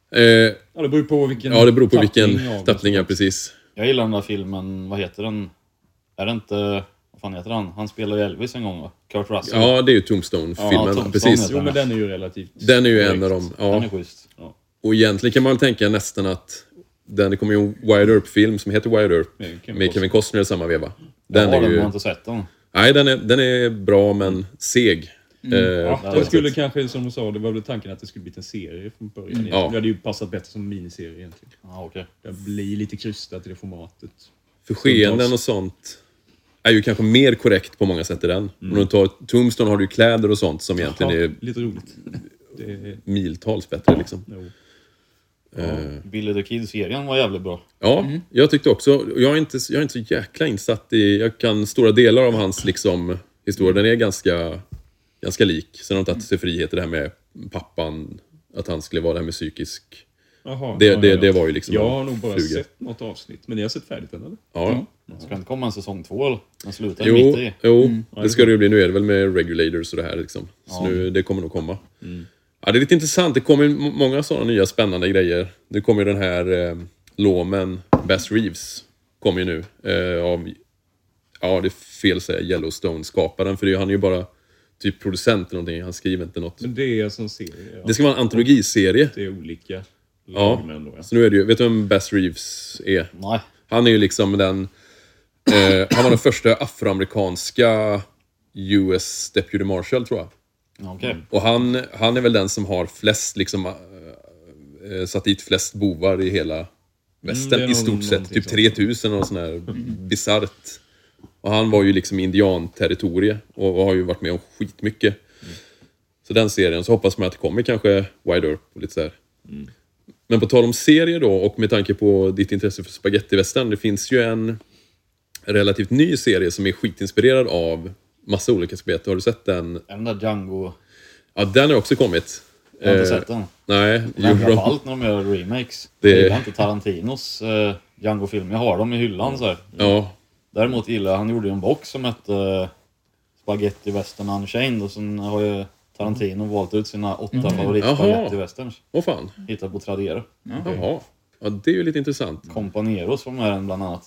Ja, det beror på vilken... Ja, det beror på vilken tappning, ja, precis. Jag gillar den där filmen, vad heter den? Är det inte... Vad fan heter han? Han spelade Elvis en gång, va? Kurt Russell. Ja, det är ju Tombstone-filmen. Ja, Tombstone, precis. Jo, men den är ju relativt... Den är ju en av dem. Ja. Den är schysst. Ja. Och egentligen kan man väl tänka nästan att det kommer ju en Wyatt Earp-film som heter Wyatt Earp med Kevin Costner i samma veva. Den är ju... Jag har inte sett den. Nej, den är bra men seg. Det skulle kanske, som du sa, det var väl tanken att det skulle bli en serie från början. Det hade ju passat bättre som miniserie egentligen. Ja, okej. Det blir lite krystat i det formatet. För skeenden och sånt är ju kanske mer korrekt på många sätt i den. Om du tar Tombstone har du ju kläder och sånt som egentligen är lite roligt. Det är... miltals bättre liksom. Billy the Kid-serien var jävligt bra. Ja, jag tyckte också. Jag är inte så jäkla insatt i... Jag kan stora delar av hans liksom historia. Den är ganska lik. Sen har de tagit sig frihet i det här med pappan. Att han skulle vara det här med psykisk... Jaha, det var ju liksom... Jag har nog bara sett något avsnitt. Men ni har sett färdigt den, eller? Ja. Ska inte komma en säsong 2 eller? Den slutar ju mitt i. Jo, det ska det ju bli. Nu är det väl med regulators och det här liksom. Så nu, det kommer nog komma. Ja, det är lite intressant. Det kommer många sådana nya spännande grejer. Det kommer ju den här Lawman Bass Reeves. Kommer ju nu. Av... Ja, det är fel att säga Yellowstone-skaparen. För han är ju bara typ producent eller någonting. Han skriver inte något. Men det är som en serie. Ja. Det ska vara en antologiserie. Det är olika lagmän då. Ja. Så nu är det ju... Vet du vem Bass Reeves är? Nej. Han är ju liksom den... han var den första afroamerikanska US Deputy Marshal, tror jag. Okay. Och han är väl den som har flest liksom satt dit flest bovar i hela västern i stort sett. Typ 3000 och sån här bizarrt. Och han var ju liksom indianterritorie och har ju varit med om skitmycket. Så den serien, så hoppas man att det kommer kanske Wyatt Earp och lite så här. Men på tal om serier då, och med tanke på ditt intresse för spagettivästern, det finns ju en relativt ny serie som är skitinspirerad av massa olika spagetti. Har du sett den? Den där Django... Ja, den har också kommit. Jag har inte sett den. Nej. Det är allt när de gör remakes. Det är inte Tarantinos Django-film. Jag har dem i hyllan så här. Ja. Däremot gillar han gjorde ju en box som hette Spaghetti Western Unchained. Och sen har ju Tarantino valt ut sina 8 favorit-spaghetti-westerns. Åh fan. Hittat på Tradera. Jaha. Ja, det är ju lite intressant. Companeros var med den bland annat.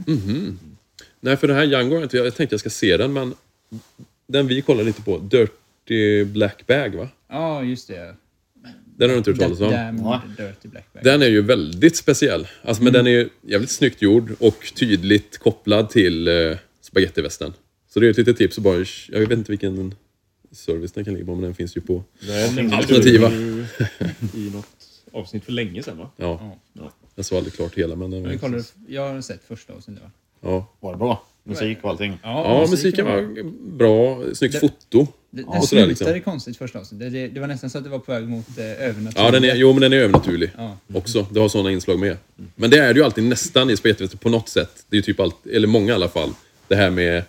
Nej, för den här Django, jag tänkte jag ska se den, men den vi kollar lite på, Dirty Black Bag, va? Ja, just det. Den har du inte hört talas om? Dirty Black Bag. Den är ju väldigt speciell. Alltså, men den är jävligt snyggt gjord och tydligt kopplad till spagettivästern. Så det är ett litet tips. Bara, jag vet inte vilken service den kan ligga på, men den finns ju på alternativa. I något avsnitt för länge sedan, va? Ja. Jag såg aldrig klart hela, men... Jag har sett första avsnittet, va? Ja. Var det bra? Musik och allting? Ja, musiken var bra. Snyggt foto. Den slutade konstigt första avsnittet. Det var nästan så att det var på väg mot övernaturligt. Ja, men den är övernaturlig också. Det har sådana inslag med. Men det är det ju alltid nästan i spagettivästern på något sätt. Det är ju typ allt, eller många i alla fall. Det här med...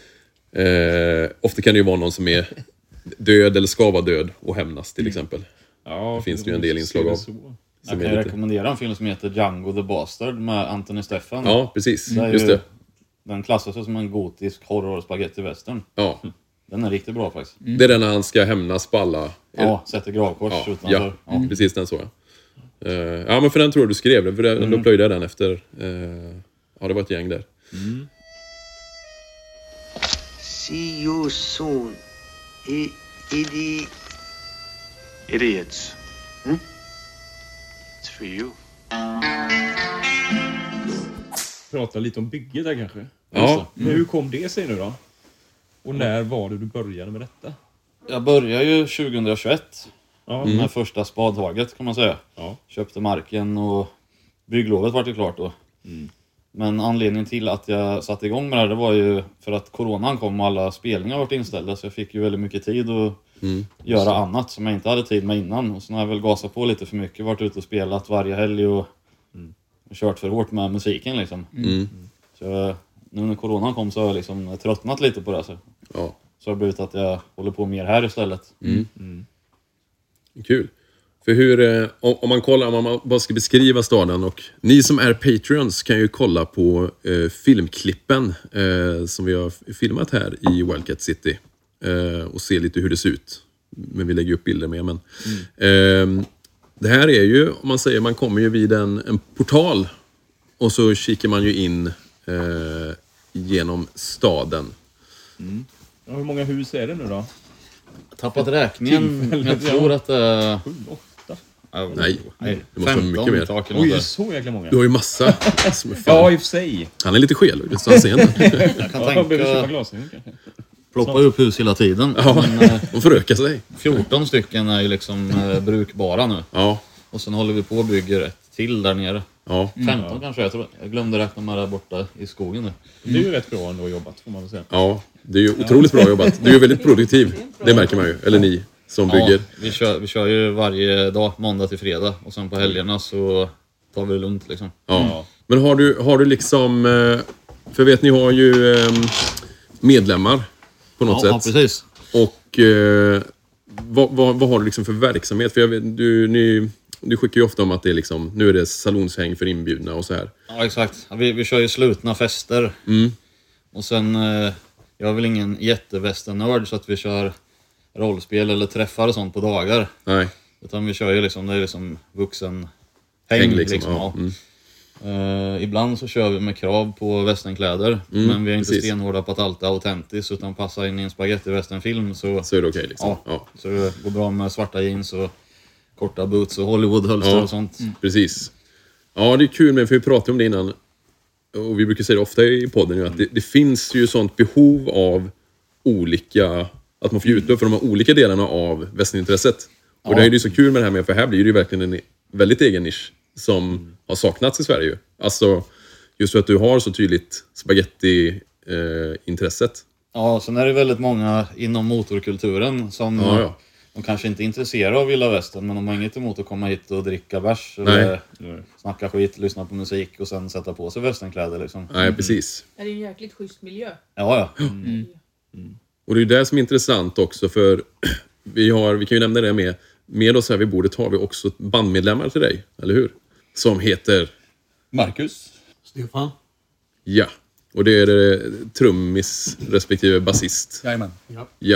ofta kan det ju vara någon som är död eller ska vara död och hämnas till exempel. Ja, det finns ju en del inslag av. Jag kan rekommendera en film som heter Django the Bastard med Anthony Stefan. Ja, precis. Just det. Den klassas som en gotisk horror-spaghetti-western. Ja. Den är riktigt bra faktiskt. Det är den när han ska hämnas på alla. Ja, sätter gravkors utanför. Ja, precis den så jag. Ja, men för den tror jag du skrev det. För då plöjde jag den efter... ja, det var ett gäng där. See you soon. Idiots. It's for you. Prata lite om bygget där kanske. Ja. Hur kom det sig nu då? Och när var det du började med detta? Jag började ju 2021. Med första spadtaget kan man säga. Ja. Köpte marken och bygglovet var det klart då. Men anledningen till att jag satte igång med det var ju för att coronan kom och alla spelningar varit inställda. Så jag fick ju väldigt mycket tid att göra annat som jag inte hade tid med innan. Och så har jag väl gasat på lite för mycket. Varit ute och spelat varje helg och kört för hårt med musiken liksom. Så nu när coronan kom så har jag liksom tröttnat lite på det. Så har det blivit att jag håller på mer här istället. Kul. För hur, om man bara ska beskriva staden, och ni som är Patreons kan ju kolla på filmklippen som vi har filmat här i Wildcat City och se lite hur det ser ut. Men vi lägger upp bilder med. Men, det här är ju, om man säger, man kommer ju vid en portal och så kikar man ju in genom staden. Ja, hur många hus är det nu då? Tappat räkningen. Jag tror att det är... 7, 8. Nej, det måste vara mycket mer. tak eller Oj, något där. så jäkla många. Du har ju massa. Som är fan. Ja, i och för sig. Han är lite skel, så han ser inte. Jag kan Jag behöver köpa tänka glasögon kanske. ploppa upp hus hela tiden. Ja, Men de förökar sig. 14 stycken är ju liksom brukbara nu. Ja, Och sen håller vi på och bygger ett till där nere. ja. 15 kanske, jag glömde räkna med det borta i skogen nu. Det är ju rätt bra ändå jobbat, får man väl säga. Ja, det är ju otroligt bra jobbat. Du är ju väldigt produktiv. Det märker man ju. Eller ni som bygger. Vi kör ju varje dag, måndag till fredag. Och sen på helgerna så tar vi det lugnt liksom. Ja. Men har du liksom... För vet ni har ju medlemmar på något sätt. Ja, precis. Och vad har du liksom för verksamhet? För jag vet, du skickar ju ofta om att det är liksom... Nu är det salonshäng för inbjudna och så här. Ja, exakt. Vi kör ju slutna fester. Och sen, jag är väl ingen jättevästernörd så att vi kör rollspel eller träffar och sånt på dagar. Nej. Utan vi kör ju liksom, det är liksom vuxen Häng häng liksom, liksom. ja. Ibland så kör vi med krav på västernkläder. Men vi är inte precis. stenhårda på att allt är autentiskt. Utan passar in i en spagetti-västernfilm så Så är det okej liksom. ja, så det går bra med svarta jeans och korta boots och Hollywood-hölster och sånt. Precis. Ja, det är kul, men för vi pratade om det innan. Och vi brukar säga det ofta i podden ju, att det finns ju sånt behov av olika... Att man får utlopp för de här olika delarna av västernintresset. Och det är ju så kul med det här med, för här blir det ju verkligen en väldigt egen nisch som har saknats i Sverige ju. Alltså, just för att du har så tydligt spaghetti-intresset. Ja, sen är det väldigt många inom motorkulturen som de kanske inte är intresserade av vilda västern, men de har inget emot att komma hit och dricka bärs eller snacka skit, lyssna på musik och sen sätta på sig västernkläder liksom. Nej, precis. Det är ju en jäkligt schysst miljö. Ja. Och det är ju det som är intressant också, för vi kan ju nämna det med oss här vid bordet har vi också bandmedlemmar till dig, eller hur? Som heter... Marcus. Stefan. Ja. Och det är trummis respektive basist. Jajamän. Ja.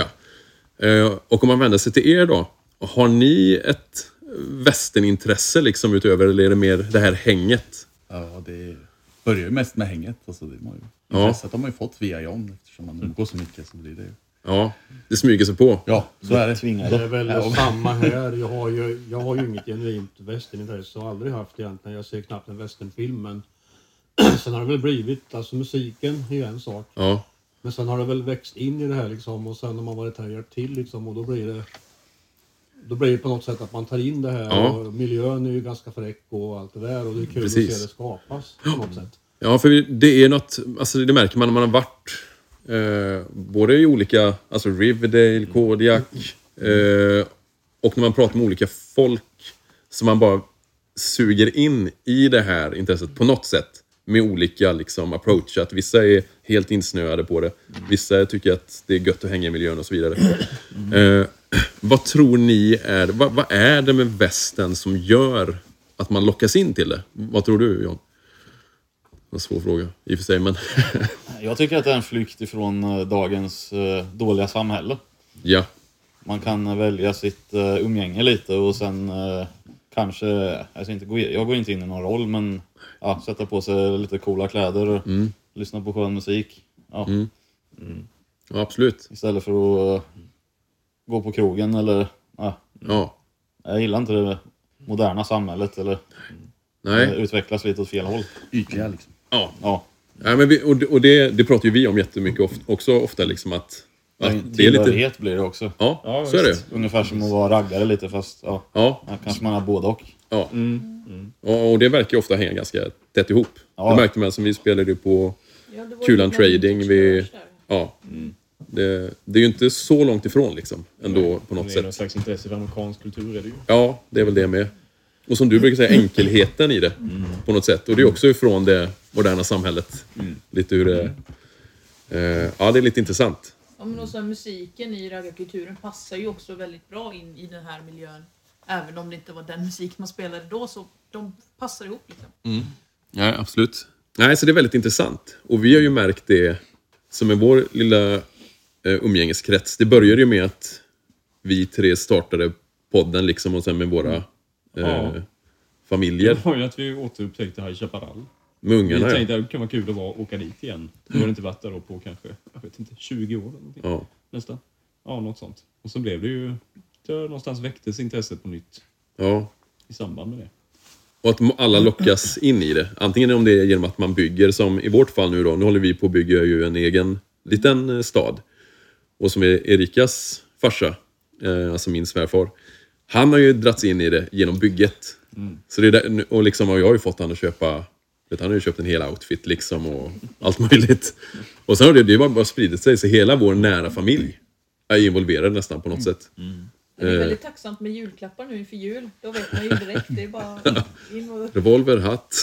Och om man vänder sig till er då, har ni ett västernintresse liksom utöver, eller är det mer det här hänget? Ja, det börjar ju mest med hänget. Alltså det har ju, intresset har man ju fått via John, eftersom man umgås så mycket så blir det ju. Ja, det smyger sig på. Ja, så är det. Tvingar Det är väl samma här. Jag har ju inget genuint västernintresse och har aldrig haft egentligen. Jag ser knappt en västernfilm, men sen har det väl blivit, alltså musiken är ju en sak. Ja. Men sen har det väl växt in i det här liksom, och sen har man varit här hjälpt till liksom, och då blir det på något sätt att man tar in det här. Ja. Och miljön är ju ganska fräck och allt det där, och det är kul Precis. att se det skapas på något sätt. Ja, för det är något, alltså det märker man när man har varit både i olika, alltså Riverdale, Kodiak, och när man pratar med olika folk som man bara suger in i det här intresset på något sätt med olika liksom approach. Att vissa är helt insnöade på det, vissa tycker att det är gött att hänga i miljön och så vidare. Vad tror ni vad är det med västern som gör att man lockas in till det? Vad tror du, John? En svår fråga i och för sig, men... Jag tycker att det är en flykt ifrån dagens dåliga samhälle. Ja. Man kan välja sitt umgänge lite och sen kanske, jag går inte in i någon roll, men sätta på sig lite coola kläder och lyssna på skön musik. Ja. Ja, absolut. Istället för att gå på krogen eller... Ja. Jag gillar inte det moderna samhället eller utvecklas lite åt fel håll. Ytliga liksom. Ja. Ja, men det pratar ju vi om jättemycket också ofta liksom, att det är lite... Tillhörighet blir det också. Ja, så är det. Ungefär som att vara raggare lite, fast kanske man har både och. Ja. Och det verkar ofta hänga ganska tätt ihop. Det märkte man som vi spelade på Kulan Trading. Det är ju inte så långt ifrån liksom, ändå på något sätt. Det är någon slags intresse för amerikansk kultur är det ju. Ja, det är väl det med. Och som du brukar säga, enkelheten i det på något sätt. Och det är också ifrån det moderna samhället. Lite hur det... ja, det är lite intressant. Ja, men också musiken i raggarkulturen passar ju också väldigt bra in i den här miljön. Även om det inte var den musik man spelade då, så de passar ihop liksom. Ja, absolut. Nej, så det är väldigt intressant. Och vi har ju märkt det som är vår lilla umgängeskrets. Det började ju med att vi 3 startade podden liksom, och sen med våra familjer. Det var ju att vi återupptäckte High Chaparral. Med ungarna, vi tänkte att det kan vara kul att åka dit igen. Nu har det inte varit där då på kanske, jag vet inte, 20 år eller någonting. Nästan. Ja, något sånt. Och så blev det ju, någonstans väcktes intresset på nytt. Ja. I samband med det. Och att alla lockas in i det. Antingen om det är genom att man bygger, som i vårt fall nu då. Nu håller vi på att bygga ju en egen liten stad. Och som är Erikas farsa, alltså min svärfar. Han har ju dragits in i det genom bygget. Så det är där, och liksom, och jag har ju fått han att köpa... Han har ju köpt en hel outfit liksom och allt möjligt. Och sen har det bara spridit sig. Så hela vår nära familj är involverad nästan på något sätt. Det är väldigt tacksamt med julklappar nu inför jul. Då vet man ju direkt. Det är bara in och... Revolver, hatt.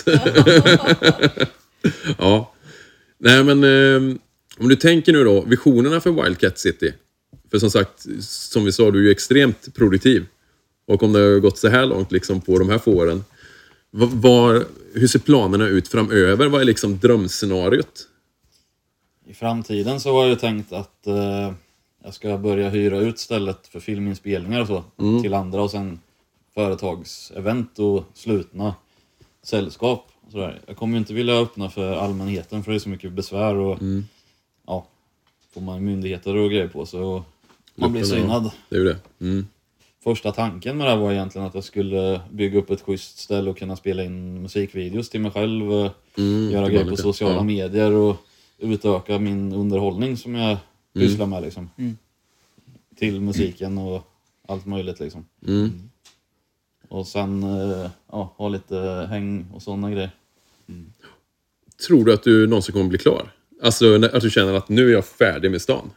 Ja. Nej, men om du tänker nu då, visionerna för Wildcat City. För som sagt, som vi sa, du är ju extremt produktiv. Och om det har gått så här långt liksom på de här få åren. Hur ser planerna ut framöver? Vad är liksom drömscenariot? I framtiden så har jag tänkt att jag ska börja hyra ut stället för filminspelningar och så till andra, och sen företagsevent och slutna sällskap. Och sådär. Jag kommer ju inte vilja öppna för allmänheten, för det är så mycket besvär och får man myndigheter och grejer på, så man blir synad. Det är ju det. Första tanken med det här var egentligen att jag skulle bygga upp ett schysst ställe och kunna spela in musikvideos till mig själv, göra grejer på sociala medier och utöka min underhållning som jag pysslar med liksom. Till musiken och allt möjligt liksom. Och sen ha lite häng och sådana grejer. Tror du att du någonsin kommer bli klar? Alltså att du känner att nu är jag färdig med stan?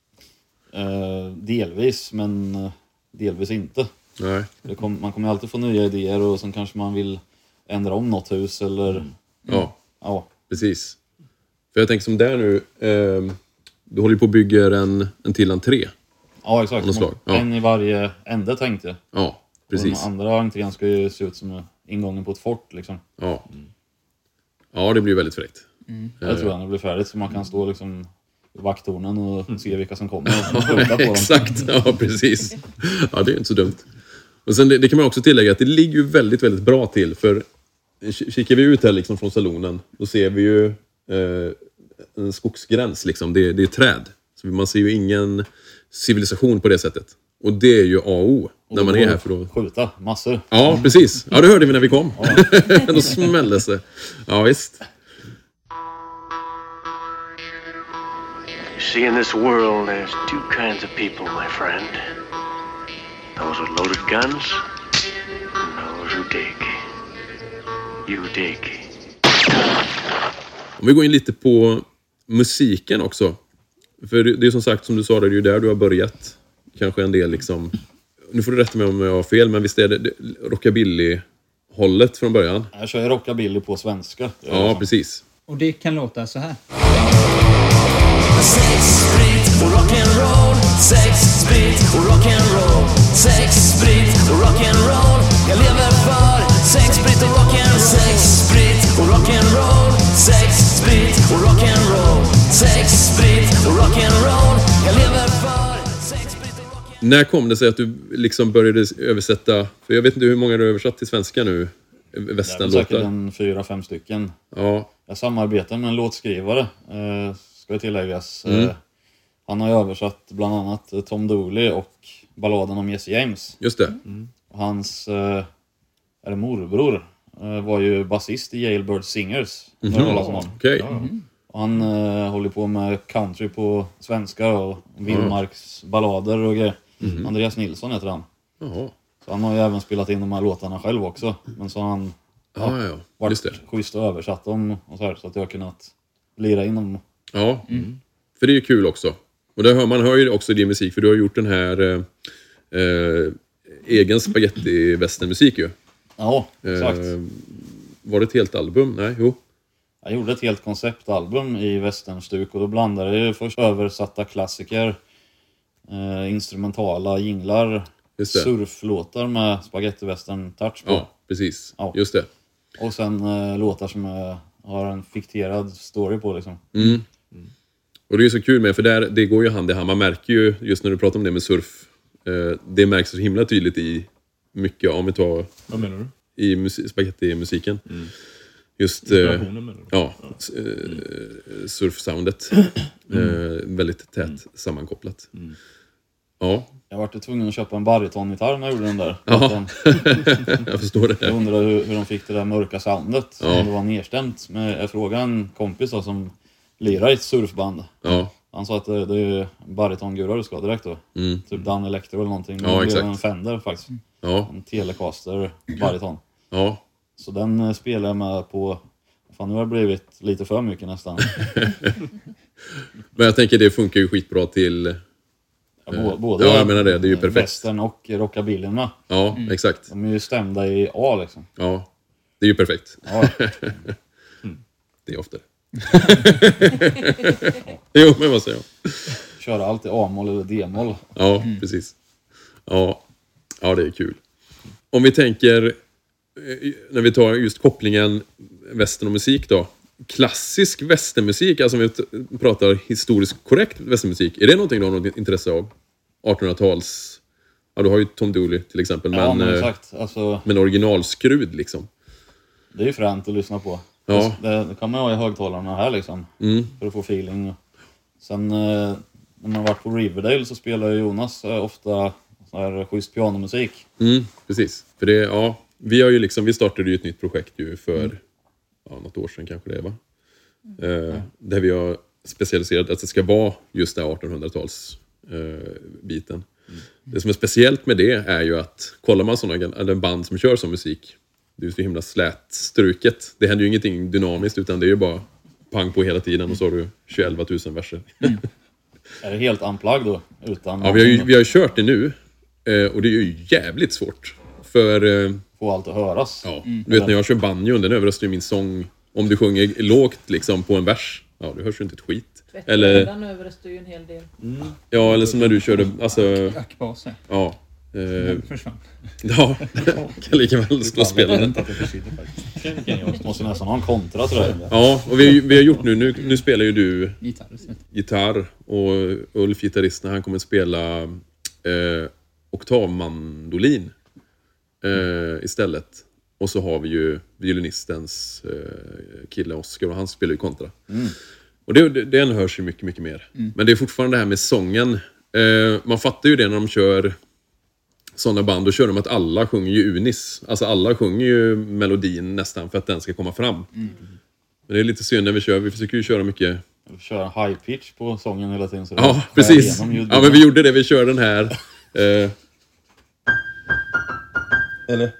Delvis, men delvis inte. Nej. Man kommer alltid få nya idéer, och sen kanske man vill ändra om något hus eller... Ja, precis. För jag tänker som där nu, du håller på att bygga en till entré. Ja, exakt. En i varje ände tänkte jag. Ja, precis. Och den andra entrén ska ju se ut som ingången på ett fort liksom. Ja, det blir väldigt fräckt. Jag tror att det blir färdigt så man kan stå liksom i vakttornen och se vilka som kommer och skjuta på dem. Exakt, ja precis. Ja, det är inte så dumt. Och sen det kan man också tillägga att det ligger ju väldigt, väldigt bra till. För kikar vi ut här liksom från salonen, då ser vi ju en skogsgräns liksom. Det är träd. Så man ser ju ingen civilisation på det sättet. Och det är ju A och O när man är här för att skjuta massor. Ja, precis. Ja, det hörde vi när vi kom. Då smällde sig. Ja, visst. You see, in this world, there's 2 kinds of people, my friend. Those with loaded guns, and those who dig. You dig. Om vi går in lite på musiken också. För det är som sagt, som du sa, det är ju där du har börjat. Kanske en del liksom... Nu får du rätta mig om jag har fel, men visst är det rockabilly-hållet från början? Jag kör ju rockabilly på svenska. Ja, precis. Och det kan låta så här. Sex, sprit och rock'n'roll. Sex, sprit och rock'n'roll. Sex, sprit och rock'n'roll. Jag lever för sex, sprit och rock'n'roll. Sex, sprit och rock'n'roll. Sex, sprit och rock'n'roll. Sex, sprit och rock'n'roll. Jag lever för sex, sprit och rock'n'roll. När kom det sig att du liksom började översätta? För jag vet inte hur många du har översatt till svenska nu. Västernlåtar. Säkert 4-5 stycken. Ja. Jag samarbetar med en låtskrivare. Ska tilläggas. Han har översatt bland annat Tom Dooley och balladen om Jesse James. Just det. Och hans morbror var ju basist i Jailbird Singers. Okej. Och Och han håller på med country på svenska och vildmarksballader och grejer. Andreas Nilsson heter han. Jaha. Så han har ju även spelat in de här låtarna själv också. Men så har han varit schysst och översatt dem och så här, så att jag har kunnat lira in dem. Ja, för det är ju kul också. Och det man hör ju också din musik, för du har gjort den här egen spaghetti-västernmusik ju. Ja, exakt. Var det ett helt album? Nej, jo. Jag gjorde ett helt konceptalbum i västernstuk och då blandade jag först översatta klassiker, instrumentala jinglar, surflåtar med spaghetti-western-touch på. Ja, precis. Ja. Just det. Och sen låtar som har en fikterad story på liksom. Och det är så kul med, för det går ju hand i hand. Man märker ju, just när du pratar om det med surf, det märks så himla tydligt i mycket, om vi tar... Vad menar du? I spaghetti-musiken. Just surfsoundet. Väldigt tätt sammankopplat. Ja. Jag var tvungen att köpa en baritongitarr när jag gjorde den där. Jag förstår det. Jag undrar hur de fick det där mörka soundet. Om det var nedstämt. Men jag frågade en kompis då, som lirar i ett surfband. Ja. Han sa att det är baritongurar du ska direkt då. Typ Dan Electro eller någonting. Ja, exakt. En Fender faktiskt. Ja. En Telecaster bariton. Ja. Så den spelar jag med på... Fan, nu har det blivit lite för mycket nästan. Men jag tänker det funkar ju skitbra till... Både jag menar det är ju perfekt. Western och rockabillyn. Ja, exakt. De är ju stämda i A liksom. Ja, det är ju perfekt. Ja. Det är ofta det. Jo, men vad säger jag? Köra allt i A-moll eller D-moll. Ja, precis. Ja, det är kul. Om vi tänker, när vi tar just kopplingen västern och musik då. Klassisk västernmusik, alltså om vi pratar historiskt korrekt västernmusik. Är det någonting du har något intresse av? 1800-tals... Ja, du har ju Tom Dooley till exempel. Ja, men exakt. Alltså, men originalskrud liksom. Det är ju fränt att lyssna på. Ja. Det kan man ha i högtalarna här liksom. För att få feeling. Sen när man varit på Riverdale så spelar Jonas ofta så här schysst pianomusik. Precis. För det, vi har ju liksom, vi startade ju ett nytt projekt ju för något år sedan kanske det va. Där vi har specialiserat att det ska vara just det 1800-tals biten. Det som är speciellt med det är ju att kollar man sådana band som kör som musik, det är så himla slätstruket. Det händer ju ingenting dynamiskt utan det är ju bara pang på hela tiden och så har du 21 000 verser. Är det helt unplugged då? Utan ja, vi har ju kört det nu och det är ju jävligt svårt. För... få allt att höras. Ja, du vet när jag kör banjo, den överröstar ju min sång. Om du sjunger lågt liksom på en vers, ja, du hörs ju inte ett skit. Eller... Den överröstar ju en hel del. Ja, eller som när du körde, alltså... Ackbaser. Ja. Försvann. Ja, kan lika väl stå och spela den. Måste nästan ha en kontra tror jag. Ja, och vi har gjort nu spelar ju du gitarr och Ulf, gitarristen, han kommer att spela oktavmandolin istället. Och så har vi ju violinistens kille Oskar och han spelar ju kontra. Och den hörs ju mycket, mycket mer. Men det är fortfarande det här med sången. Man fattar ju det när de kör sådana band. Då kör de att alla sjunger ju unis. Alltså alla sjunger ju melodin nästan för att den ska komma fram. Men det är lite synd när vi kör. Vi försöker ju köra mycket... Vi kör high pitch på sången hela tiden. Så ja, precis. Ja, men vi gjorde det. Vi kör den här... Eller?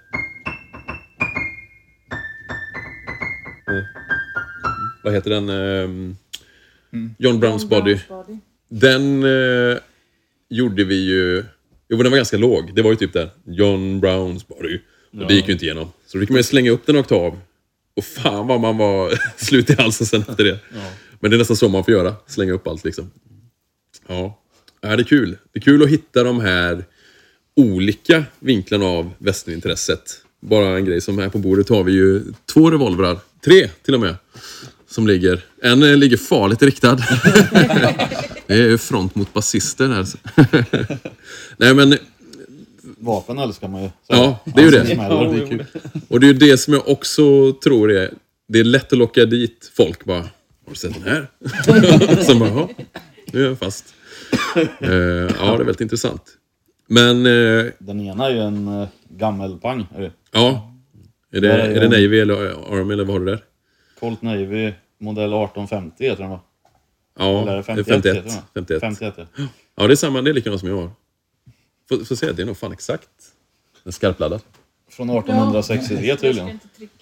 Vad heter den? John Brown's Body. Den gjorde vi ju... Jo, den var ganska låg. Det var ju typ där. John Brown's Body. Och det gick ju inte igenom. Så då fick man ju slänga upp den oktav. Och fan vad man var slut i halsen sen efter det. Men det är nästan så man får göra. Slänga upp allt liksom. Ja, det är kul. Det är kul att hitta de här olika vinklarna av västernintresset. Bara en grej som här på bordet har vi ju 2 revolvrar. 3 till och med. Som ligger. En ligger farligt riktad. Det är front mot basister här. Nej men... Vapen älskar man ju. Ja, det är ju det. Och det är ju det som jag också tror är... Det är lätt att locka dit folk bara... Har du sett den här? Som bara, ja, nu är jag fast. Ja, det är väldigt intressant. Men... Den ena är ju en gammelpang. Ja. Är det Navy eller Army eller vad har du där? Colt Navy modell 1850 heter den va? Ja, Eller 51. 51 ja. Ja, det är samma. Det är likadant som jag har. Får se, det är nog fan exakt. En skarpladdad. Från 1863 tydligen. Jag ska inte trycka.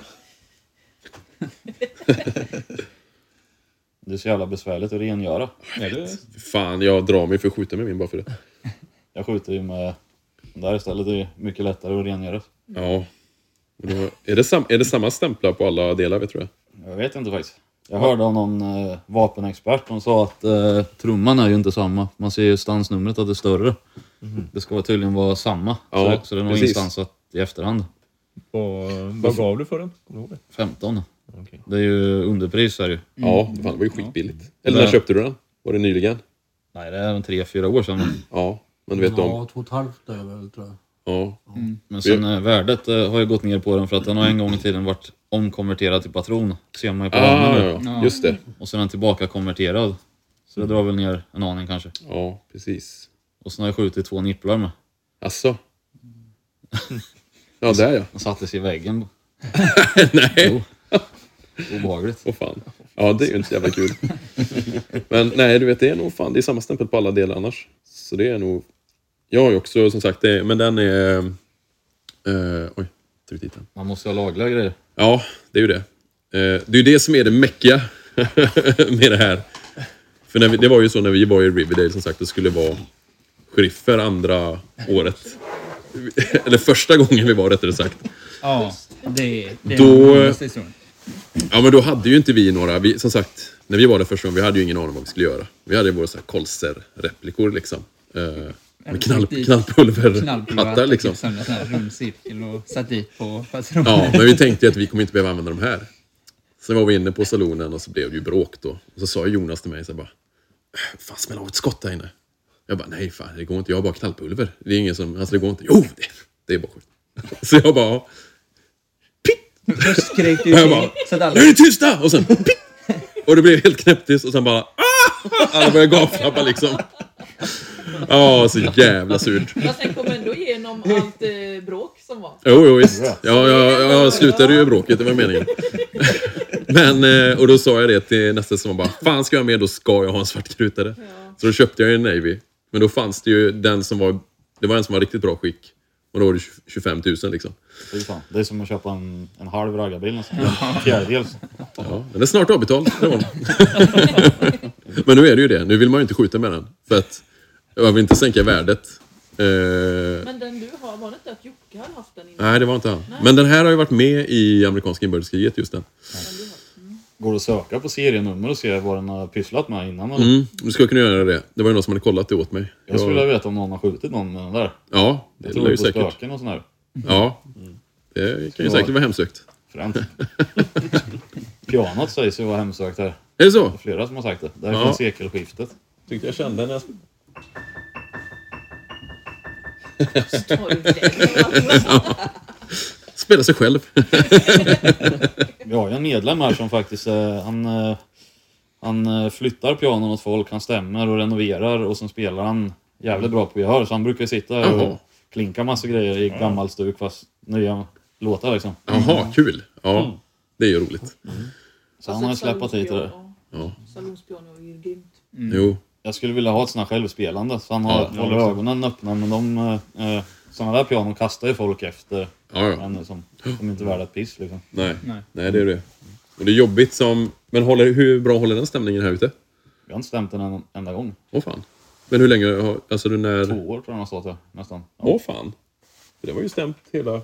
Det är så jävla besvärligt att rengöra. Fan, jag drar mig för att skjuta med min bara för det. Jag skjuter ju med där istället. Det är mycket lättare att rengöra. Ja. Är det samma stämplar på alla delar, vet du? Jag vet inte faktiskt. Jag hörde av någon vapenexpert som sa att trumman är ju inte samma. Man ser ju stansnumret att det är större. Det ska tydligen vara samma. Ja, så det är nog instansat i efterhand. Vad gav du för den? 15. Okay. Det är ju underpris här ju. Ja, det var ju skitbilligt. Eller när köpte du den? Var det nyligen? Nej, det är 3-4 år sedan. Ja, men du vet Ja, 2,5 är det väl, tror jag. Ja. Men sen värdet har ju gått ner på den för att den har en gång i tiden varit omkonverterad till patron. Ser man ju på ja, just det. Och sen är den tillbaka konverterad. Så det drar väl ner en aning kanske. Ja, precis. Och sen har jag skjutit 2 nipplar med. Asså? Ja, där ja. Den sattes i väggen. Nej. Obehagligt. Åh fan. Ja, det är ju inte så jävla kul. Men nej, du vet, det är nog fan, det är samma stämpel på alla delar annars. Så det är nog... Jag har ju också, som sagt, men den är... oj, tog titeln. Man måste ha lagliga grejer. Ja, det är ju det. Det är ju det som är det mäckiga med det här. För det var ju så när vi var i Riverdale, som sagt, det skulle vara sheriffer andra året. Eller första gången vi var, rättare sagt. Ja, det är då, den historien. Ja, men då hade ju inte vi några... som sagt, när vi var där första gången, vi hade ju ingen aning om vad vi skulle göra. Vi hade våra så här kolser-replikor liksom. Med knallpulverhattar liksom. En sån här rund cirkel och satt dit på patronen. Ja, men vi tänkte att vi kommer inte behöva använda de här. Sen var vi inne på salonen och så blev det ju bråk då. Och så sa Jonas till mig så bara... Fan, smäll av ett skott där inne. Jag bara, nej fan, det går inte. Jag har bara knallpulver. Det är ingen som... Alltså det går inte. Jo, det är bara skit. Så jag bara... Först skrek du jag bara, så att alla... Nu är ni tysta! Och sen... Och det blev helt knäpptyst och sen bara... Alla började gapflabba liksom. Ja, så jävla surt. Jag sen kom ändå igenom allt bråk som var. Jo, visst. Ja, jag slutade ju bråket, det var meningen. Men, och då sa jag det till nästa som bara, fan ska jag med, då ska jag ha en svartkrutare. Ja. Så då köpte jag en Navy. Men då fanns det ju den som var, det var en som var riktigt bra skick. Och då var det 25 000 liksom. Det är som att köpa en halv raggarbil nästan. Fjärdedels. Ja, den är snart avbetald. Men nu är det ju det. Nu vill man ju inte skjuta med den. För att jag vill inte sänka värdet. Men den du har, var det inte att Jocke hade haft den innan? Nej, det var inte han. Nej. Men den här har ju varit med i amerikanska inbördeskriget, just den. Går det att söka på serienummer och se vad den har pysslat med innan? Eller? Du ska kunna göra det. Det var ju någon som hade kollat det åt mig. Jag skulle vilja veta om någon har skjutit någon med den där. Ja, det är ju säkert. Spöken och sån här. Ja, det kan ju säkert vara hemsökt. Främt. Pianot sägs ju vara hemsökt här. Är det så? Det är flera som har sagt det. Det är från sekelskiftet. Tyckte jag kände när jag... Spela sig själv. Vi har ju en medlem här som faktiskt han flyttar pianon åt folk, han stämmer och renoverar och sen spelar han jävligt bra på gehör. Så han brukar sitta och klinka massa grejer i gammal stuk fast nya låtar liksom. Jaha, kul. Ja, det är ju roligt. Så han har ju släppt hit det. Ja. Salonspiano är ju grymt. Jo. Jag skulle vilja ha ett sånt här självspelande så han håller ögonen öppna, men sådana där pianon kastar ju folk efter en som inte är värd ett piss liksom. Nej, det är det. Och det är jobbigt som... Men hur bra håller den stämningen här ute? Vi har inte stämt den en enda gång. Åh fan. Men hur länge har... Alltså du när... 2 år tror jag han har stått här, nästan. Ja. Åh fan. Det var ju stämt hela...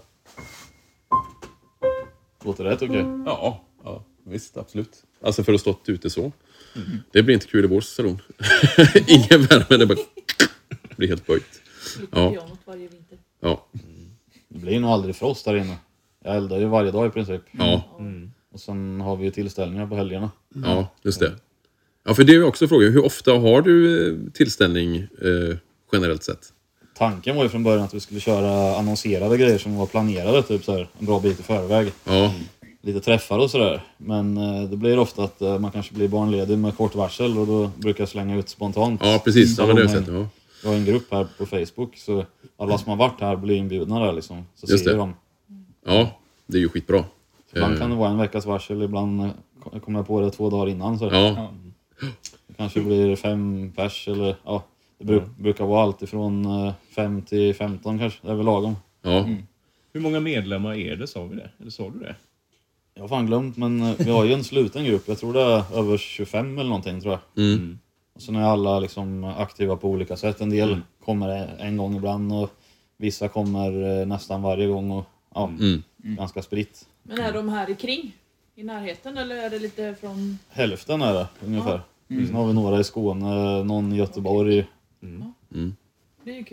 Låter det okej? Ja, visst, absolut. Alltså för att ha stått ute så. Det blir inte kul i vår salon. Ingen värme, det bara... Det blir helt böjt. Pianot varje vinter. Ja. Det blir nog aldrig frost där inne. Jag eldar ju varje dag i princip. Ja. Och sen har vi ju tillställningar på helgerna. Ja, just det. Ja, för det är också frågan. Hur ofta har du tillställning generellt sett? Tanken var ju från början att vi skulle köra annonserade grejer som var planerade typ så här, en bra bit i förväg. Ja. Lite träffar och sådär. Men det blir ofta att man kanske blir barnledig med kort varsel och då brukar jag slänga ut spontant. Ja, precis. Ja, men det har jag sett. Ja. Jag har en grupp här på Facebook så alla som har varit här blir inbjudna där liksom. Så just ser det. de. Ja, det är ju skitbra. Ibland kan det vara en veckas varsel, ibland kommer jag på det 2 dagar innan. Så. Ja. Det kanske blir 5 pers eller ja. Det brukar vara allt ifrån 5 till 15 kanske. Det är väl lagom. Ja. Hur många medlemmar är det, sa vi det? Eller sa du det? Jag har fan glömt, men vi har ju en sluten grupp. Jag tror det är över 25 eller någonting, tror jag. Och sen är alla liksom aktiva på olika sätt. En del kommer en gång ibland och vissa kommer nästan varje gång och ganska spritt. Men är de här kring? I närheten eller är det lite från... Hälften är det ungefär. Sen har vi några i Skåne, någon i Göteborg. Det är ju kul.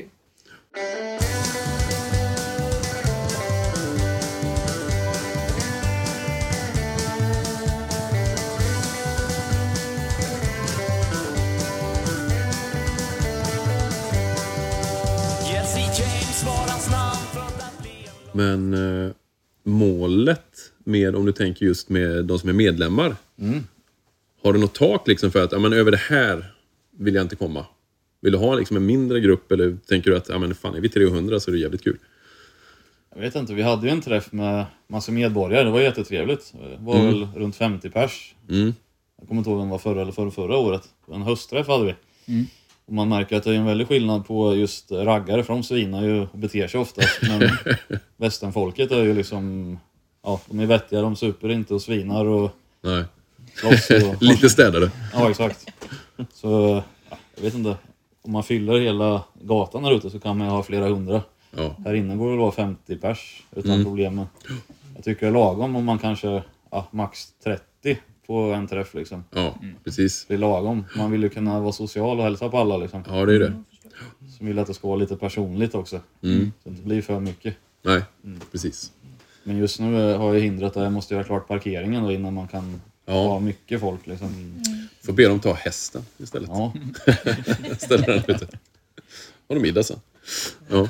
Men målet med, om du tänker just med de som är medlemmar. Har du något tak liksom för att över det här vill jag inte komma? Vill du ha liksom en mindre grupp eller tänker du att fan, är vi 300 så är det jävligt kul? Jag vet inte, vi hade ju en träff med massa medborgare. Det var jättetrevligt. Det var väl runt 50 pers. Jag kommer inte ihåg om det var förra eller förra året. En höstträff hade vi. Och man märker att det är en väldig skillnad på just raggare, för de svinar ju och beter sig oftast. Men västernfolket är ju liksom, ja, de är vettiga, de super inte och svinar och nej. slåss och lite städare. Ja, exakt. Så jag vet inte, om man fyller hela gatan där ute så kan man ha flera hundra. Ja. Här inne går det vara 50 pers utan problem. Jag tycker det är lagom om man kanske max 30 på en träff liksom. Ja, precis. Det är lagom. Man vill ju kunna vara social och hälsa på alla liksom. Ja, det är det. Så vill att det ska vara lite personligt också. Så det inte blir för mycket. Nej, precis. Men just nu har jag hindrat att jag måste göra klart parkeringen då innan man kan ha mycket folk liksom. Får be dem ta hästen istället. Ja. Ställer den ute. Har de middag sen? Ja.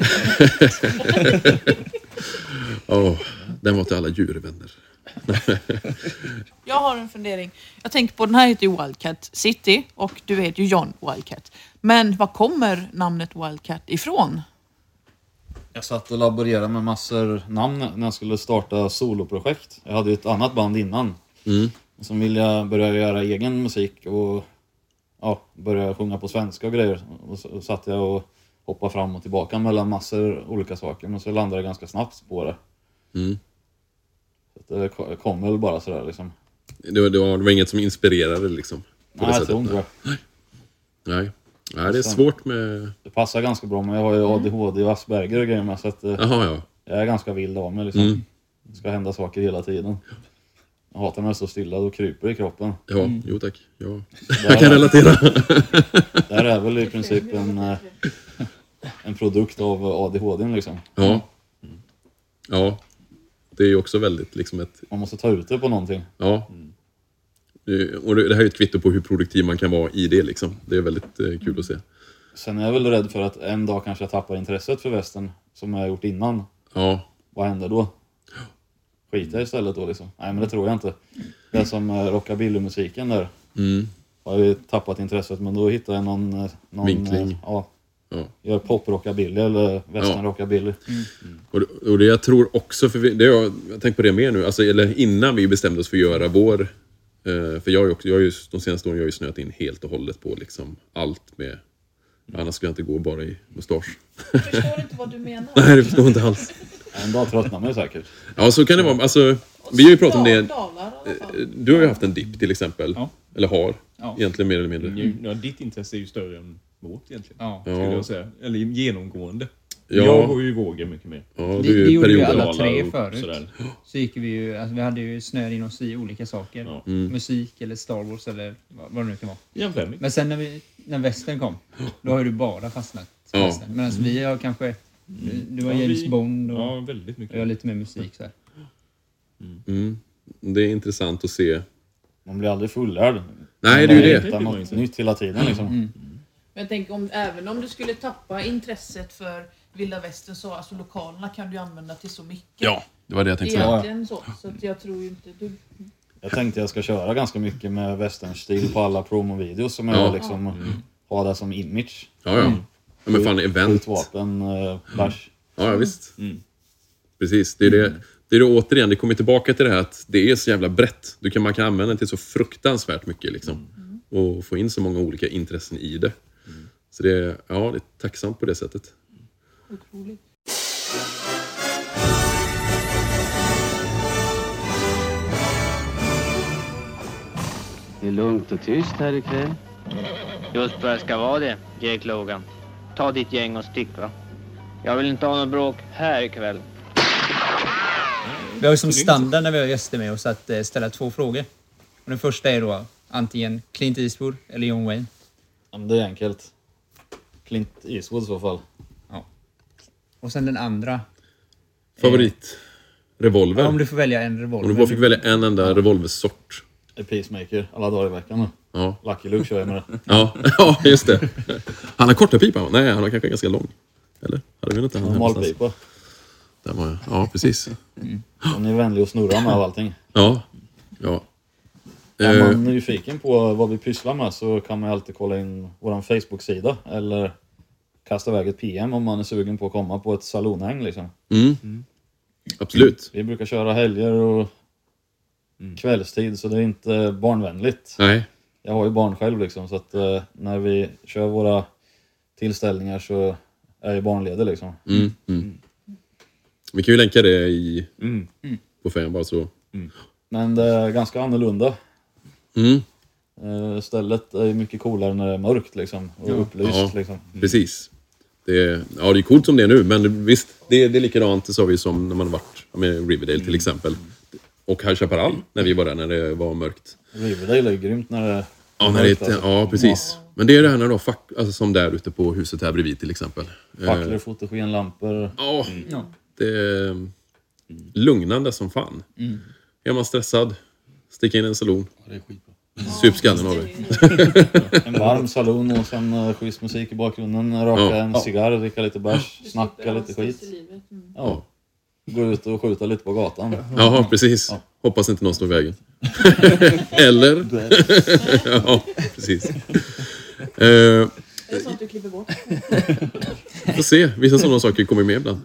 Den var till alla djurvänner. Jag har en fundering. Jag tänker på, den här heter ju Wildcat City och du heter ju John Wildcat. Men var kommer namnet Wildcat ifrån? Jag satt och laborerade med massor namn när jag skulle starta soloprojekt. Jag hade ju ett annat band innan. Och så ville jag börja göra egen musik och börja sjunga på svenska och grejer. Och så satt jag och hoppade fram och tillbaka mellan massor olika saker. Men så landade jag ganska snabbt på det. Så det kom väl bara sådär liksom. Det var inget som inspirerade liksom? Nej, jag tror inte det. Nej, det är svårt med... Det passar ganska bra, men jag har ju ADHD och Asperger och grejer med, så att jag är ganska vild av mig liksom. Det ska hända saker hela tiden. Jag hatar när jag står stilla, då kryper i kroppen. Ja, jo tack. Ja. Jag kan relatera. Det här är väl i princip en produkt av ADHD liksom. Ja. Det är ju också väldigt liksom ett... Man måste ta ut det på någonting. Ja. Och det här är ett kvitto på hur produktiv man kan vara i det liksom. Det är väldigt kul att se. Sen är jag väl rädd för att en dag kanske jag tappar intresset för västern som jag har gjort innan. Ja. Vad händer då? Skiter istället då liksom? Nej, men det tror jag inte. Det är som rockabilly-musiken där. Jag har ju tappat intresset, men då hittar jag någon vinkling. Gör pop-rockabilly eller western-rockabilly. Och det jag tror också, för jag tänker på det mer nu, alltså, eller innan vi bestämde oss för att göra vår, för jag har ju de senaste åren jag har ju snöat in helt och hållet på liksom allt med, annars skulle jag inte gå bara i mustasch. Jag förstår inte vad du menar. Nej, det förstår jag inte alls. En dag tröttnar man säkert. Ja, så kan det vara. Alltså, vi har ju pratat om det. Du har ju haft en dipp till exempel. Ja. Eller har. Ja. Egentligen mer eller mindre. Ja, ditt intresse är ju större än vårt egentligen. Ja. Skulle jag säga. Eller genomgående. Ja. Jag går ju våga mycket mer. Ja, det gjorde vi alla tre förut. Så gick vi ju, alltså vi hade ju snöat in oss i olika saker. Ja. Musik eller Star Wars eller vad det nu kan vara. Ja, men sen när västern kom, då har du bara fastnat. Ja. Medan vi har kanske... Du var James Bond och väldigt mycket. Jag har lite mer musik så här. Det är intressant att se. Man blir aldrig fullärd. Nej, det är ju det. Man något nytt hela tiden liksom. Men jag tänker, även om du skulle tappa intresset för vilda västern, så alltså lokalerna kan du använda till så mycket. Ja, det var det jag tänkte säga. Så att jag tror ju inte du... Jag tänkte jag ska köra ganska mycket med västernstil på alla promo-videos som jag liksom har det som image. Ja. Men fan, event. Vapen, bash. Ja, visst. Precis, det är det. Det är då återigen, det kommer tillbaka till det här att det är så jävla brett. Man kan använda det till så fruktansvärt mycket liksom. Och få in så många olika intressen i det. Så det är tacksamt på det sättet. Otroligt. Det är lugnt och tyst här ikväll. Just vad det ska vara det, Jake Logan. Ta ditt gäng och stick, va? Jag vill inte ha något bråk här ikväll. Vi har ju som standard när vi har gäster med oss att ställa 2 frågor. Och den första är då antingen Clint Eastwood eller John Wayne. Ja, men det är enkelt. Clint Eastwood i så fall. Ja. Och sen den andra. Favorit? Revolver? Ja, om du får välja en revolver. Om du bara fick välja en enda revolversort. Peacemaker alla dagar i veckan. Ja. Lucky Luke kör jag med det. Ja, just det. Han har korta pipa. Nej, han har kanske ganska lång. Eller? Hade vi inte han malpipa. Där var jag. Ja, precis. Han är vänlig och snurrar med allting. Ja. Är man nyfiken på vad vi pysslar med så kan man alltid kolla in vår Facebook-sida. Eller kasta iväg ett PM om man är sugen på att komma på ett salonhäng liksom. Absolut. Vi brukar köra helger och kvällstid så det är inte barnvänligt. Nej. Jag har ju barn själv liksom så att när vi kör våra tillställningar så är jag barnledig liksom. Vi kan ju länka det på fan bara så. Men det är ganska annorlunda. Stället är mycket coolare när det är mörkt liksom och upplyst liksom. Precis. Det är coolt som det är nu, men visst, det är likadant så vi som när man har varit med Riverdale till exempel. Och High Chaparral när vi var där när det var mörkt. Riverdale är grymt när det är mörkt. Ja, precis. Men det är det här när då alltså som där ute på huset här bredvid till exempel. Facklor, fotogenlampor. Ja. Det är lugnande som fan. Är man stressad, sticka in en salon. Ja, det är skitbra. Sup skallen av dig. En varm salon och sen schysst musik i bakgrunden. Raka en cigarr, dricka lite bärs, snacka lite skit. Ja. Gå ut och skjuta lite på gatan. Ja, precis. Hoppas inte någon står i vägen. Eller? Ja, precis. Är det sånt du klipper bort? Får se. Vissa sådana saker kommer med ibland.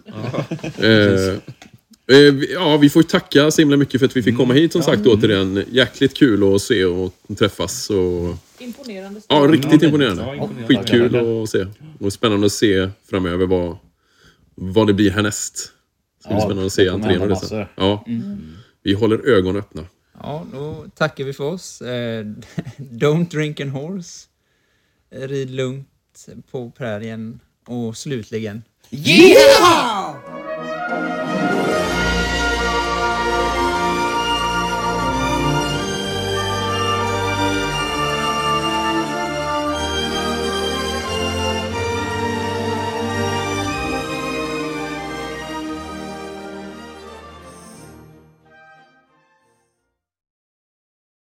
Vi får tacka så himla mycket för att vi fick komma hit som sagt återigen. Jäkligt kul att se och träffas. Och... Imponerande. Ja, riktigt imponerande. Skitkul att se. Och spännande att se framöver vad det blir härnäst. Så det blir spännande att se entrén och det sen. Ja. Vi håller ögonen öppna. Ja, då tackar vi för oss. Don't drink and horse. Rid lugnt på prärien. Och slutligen... Yeah!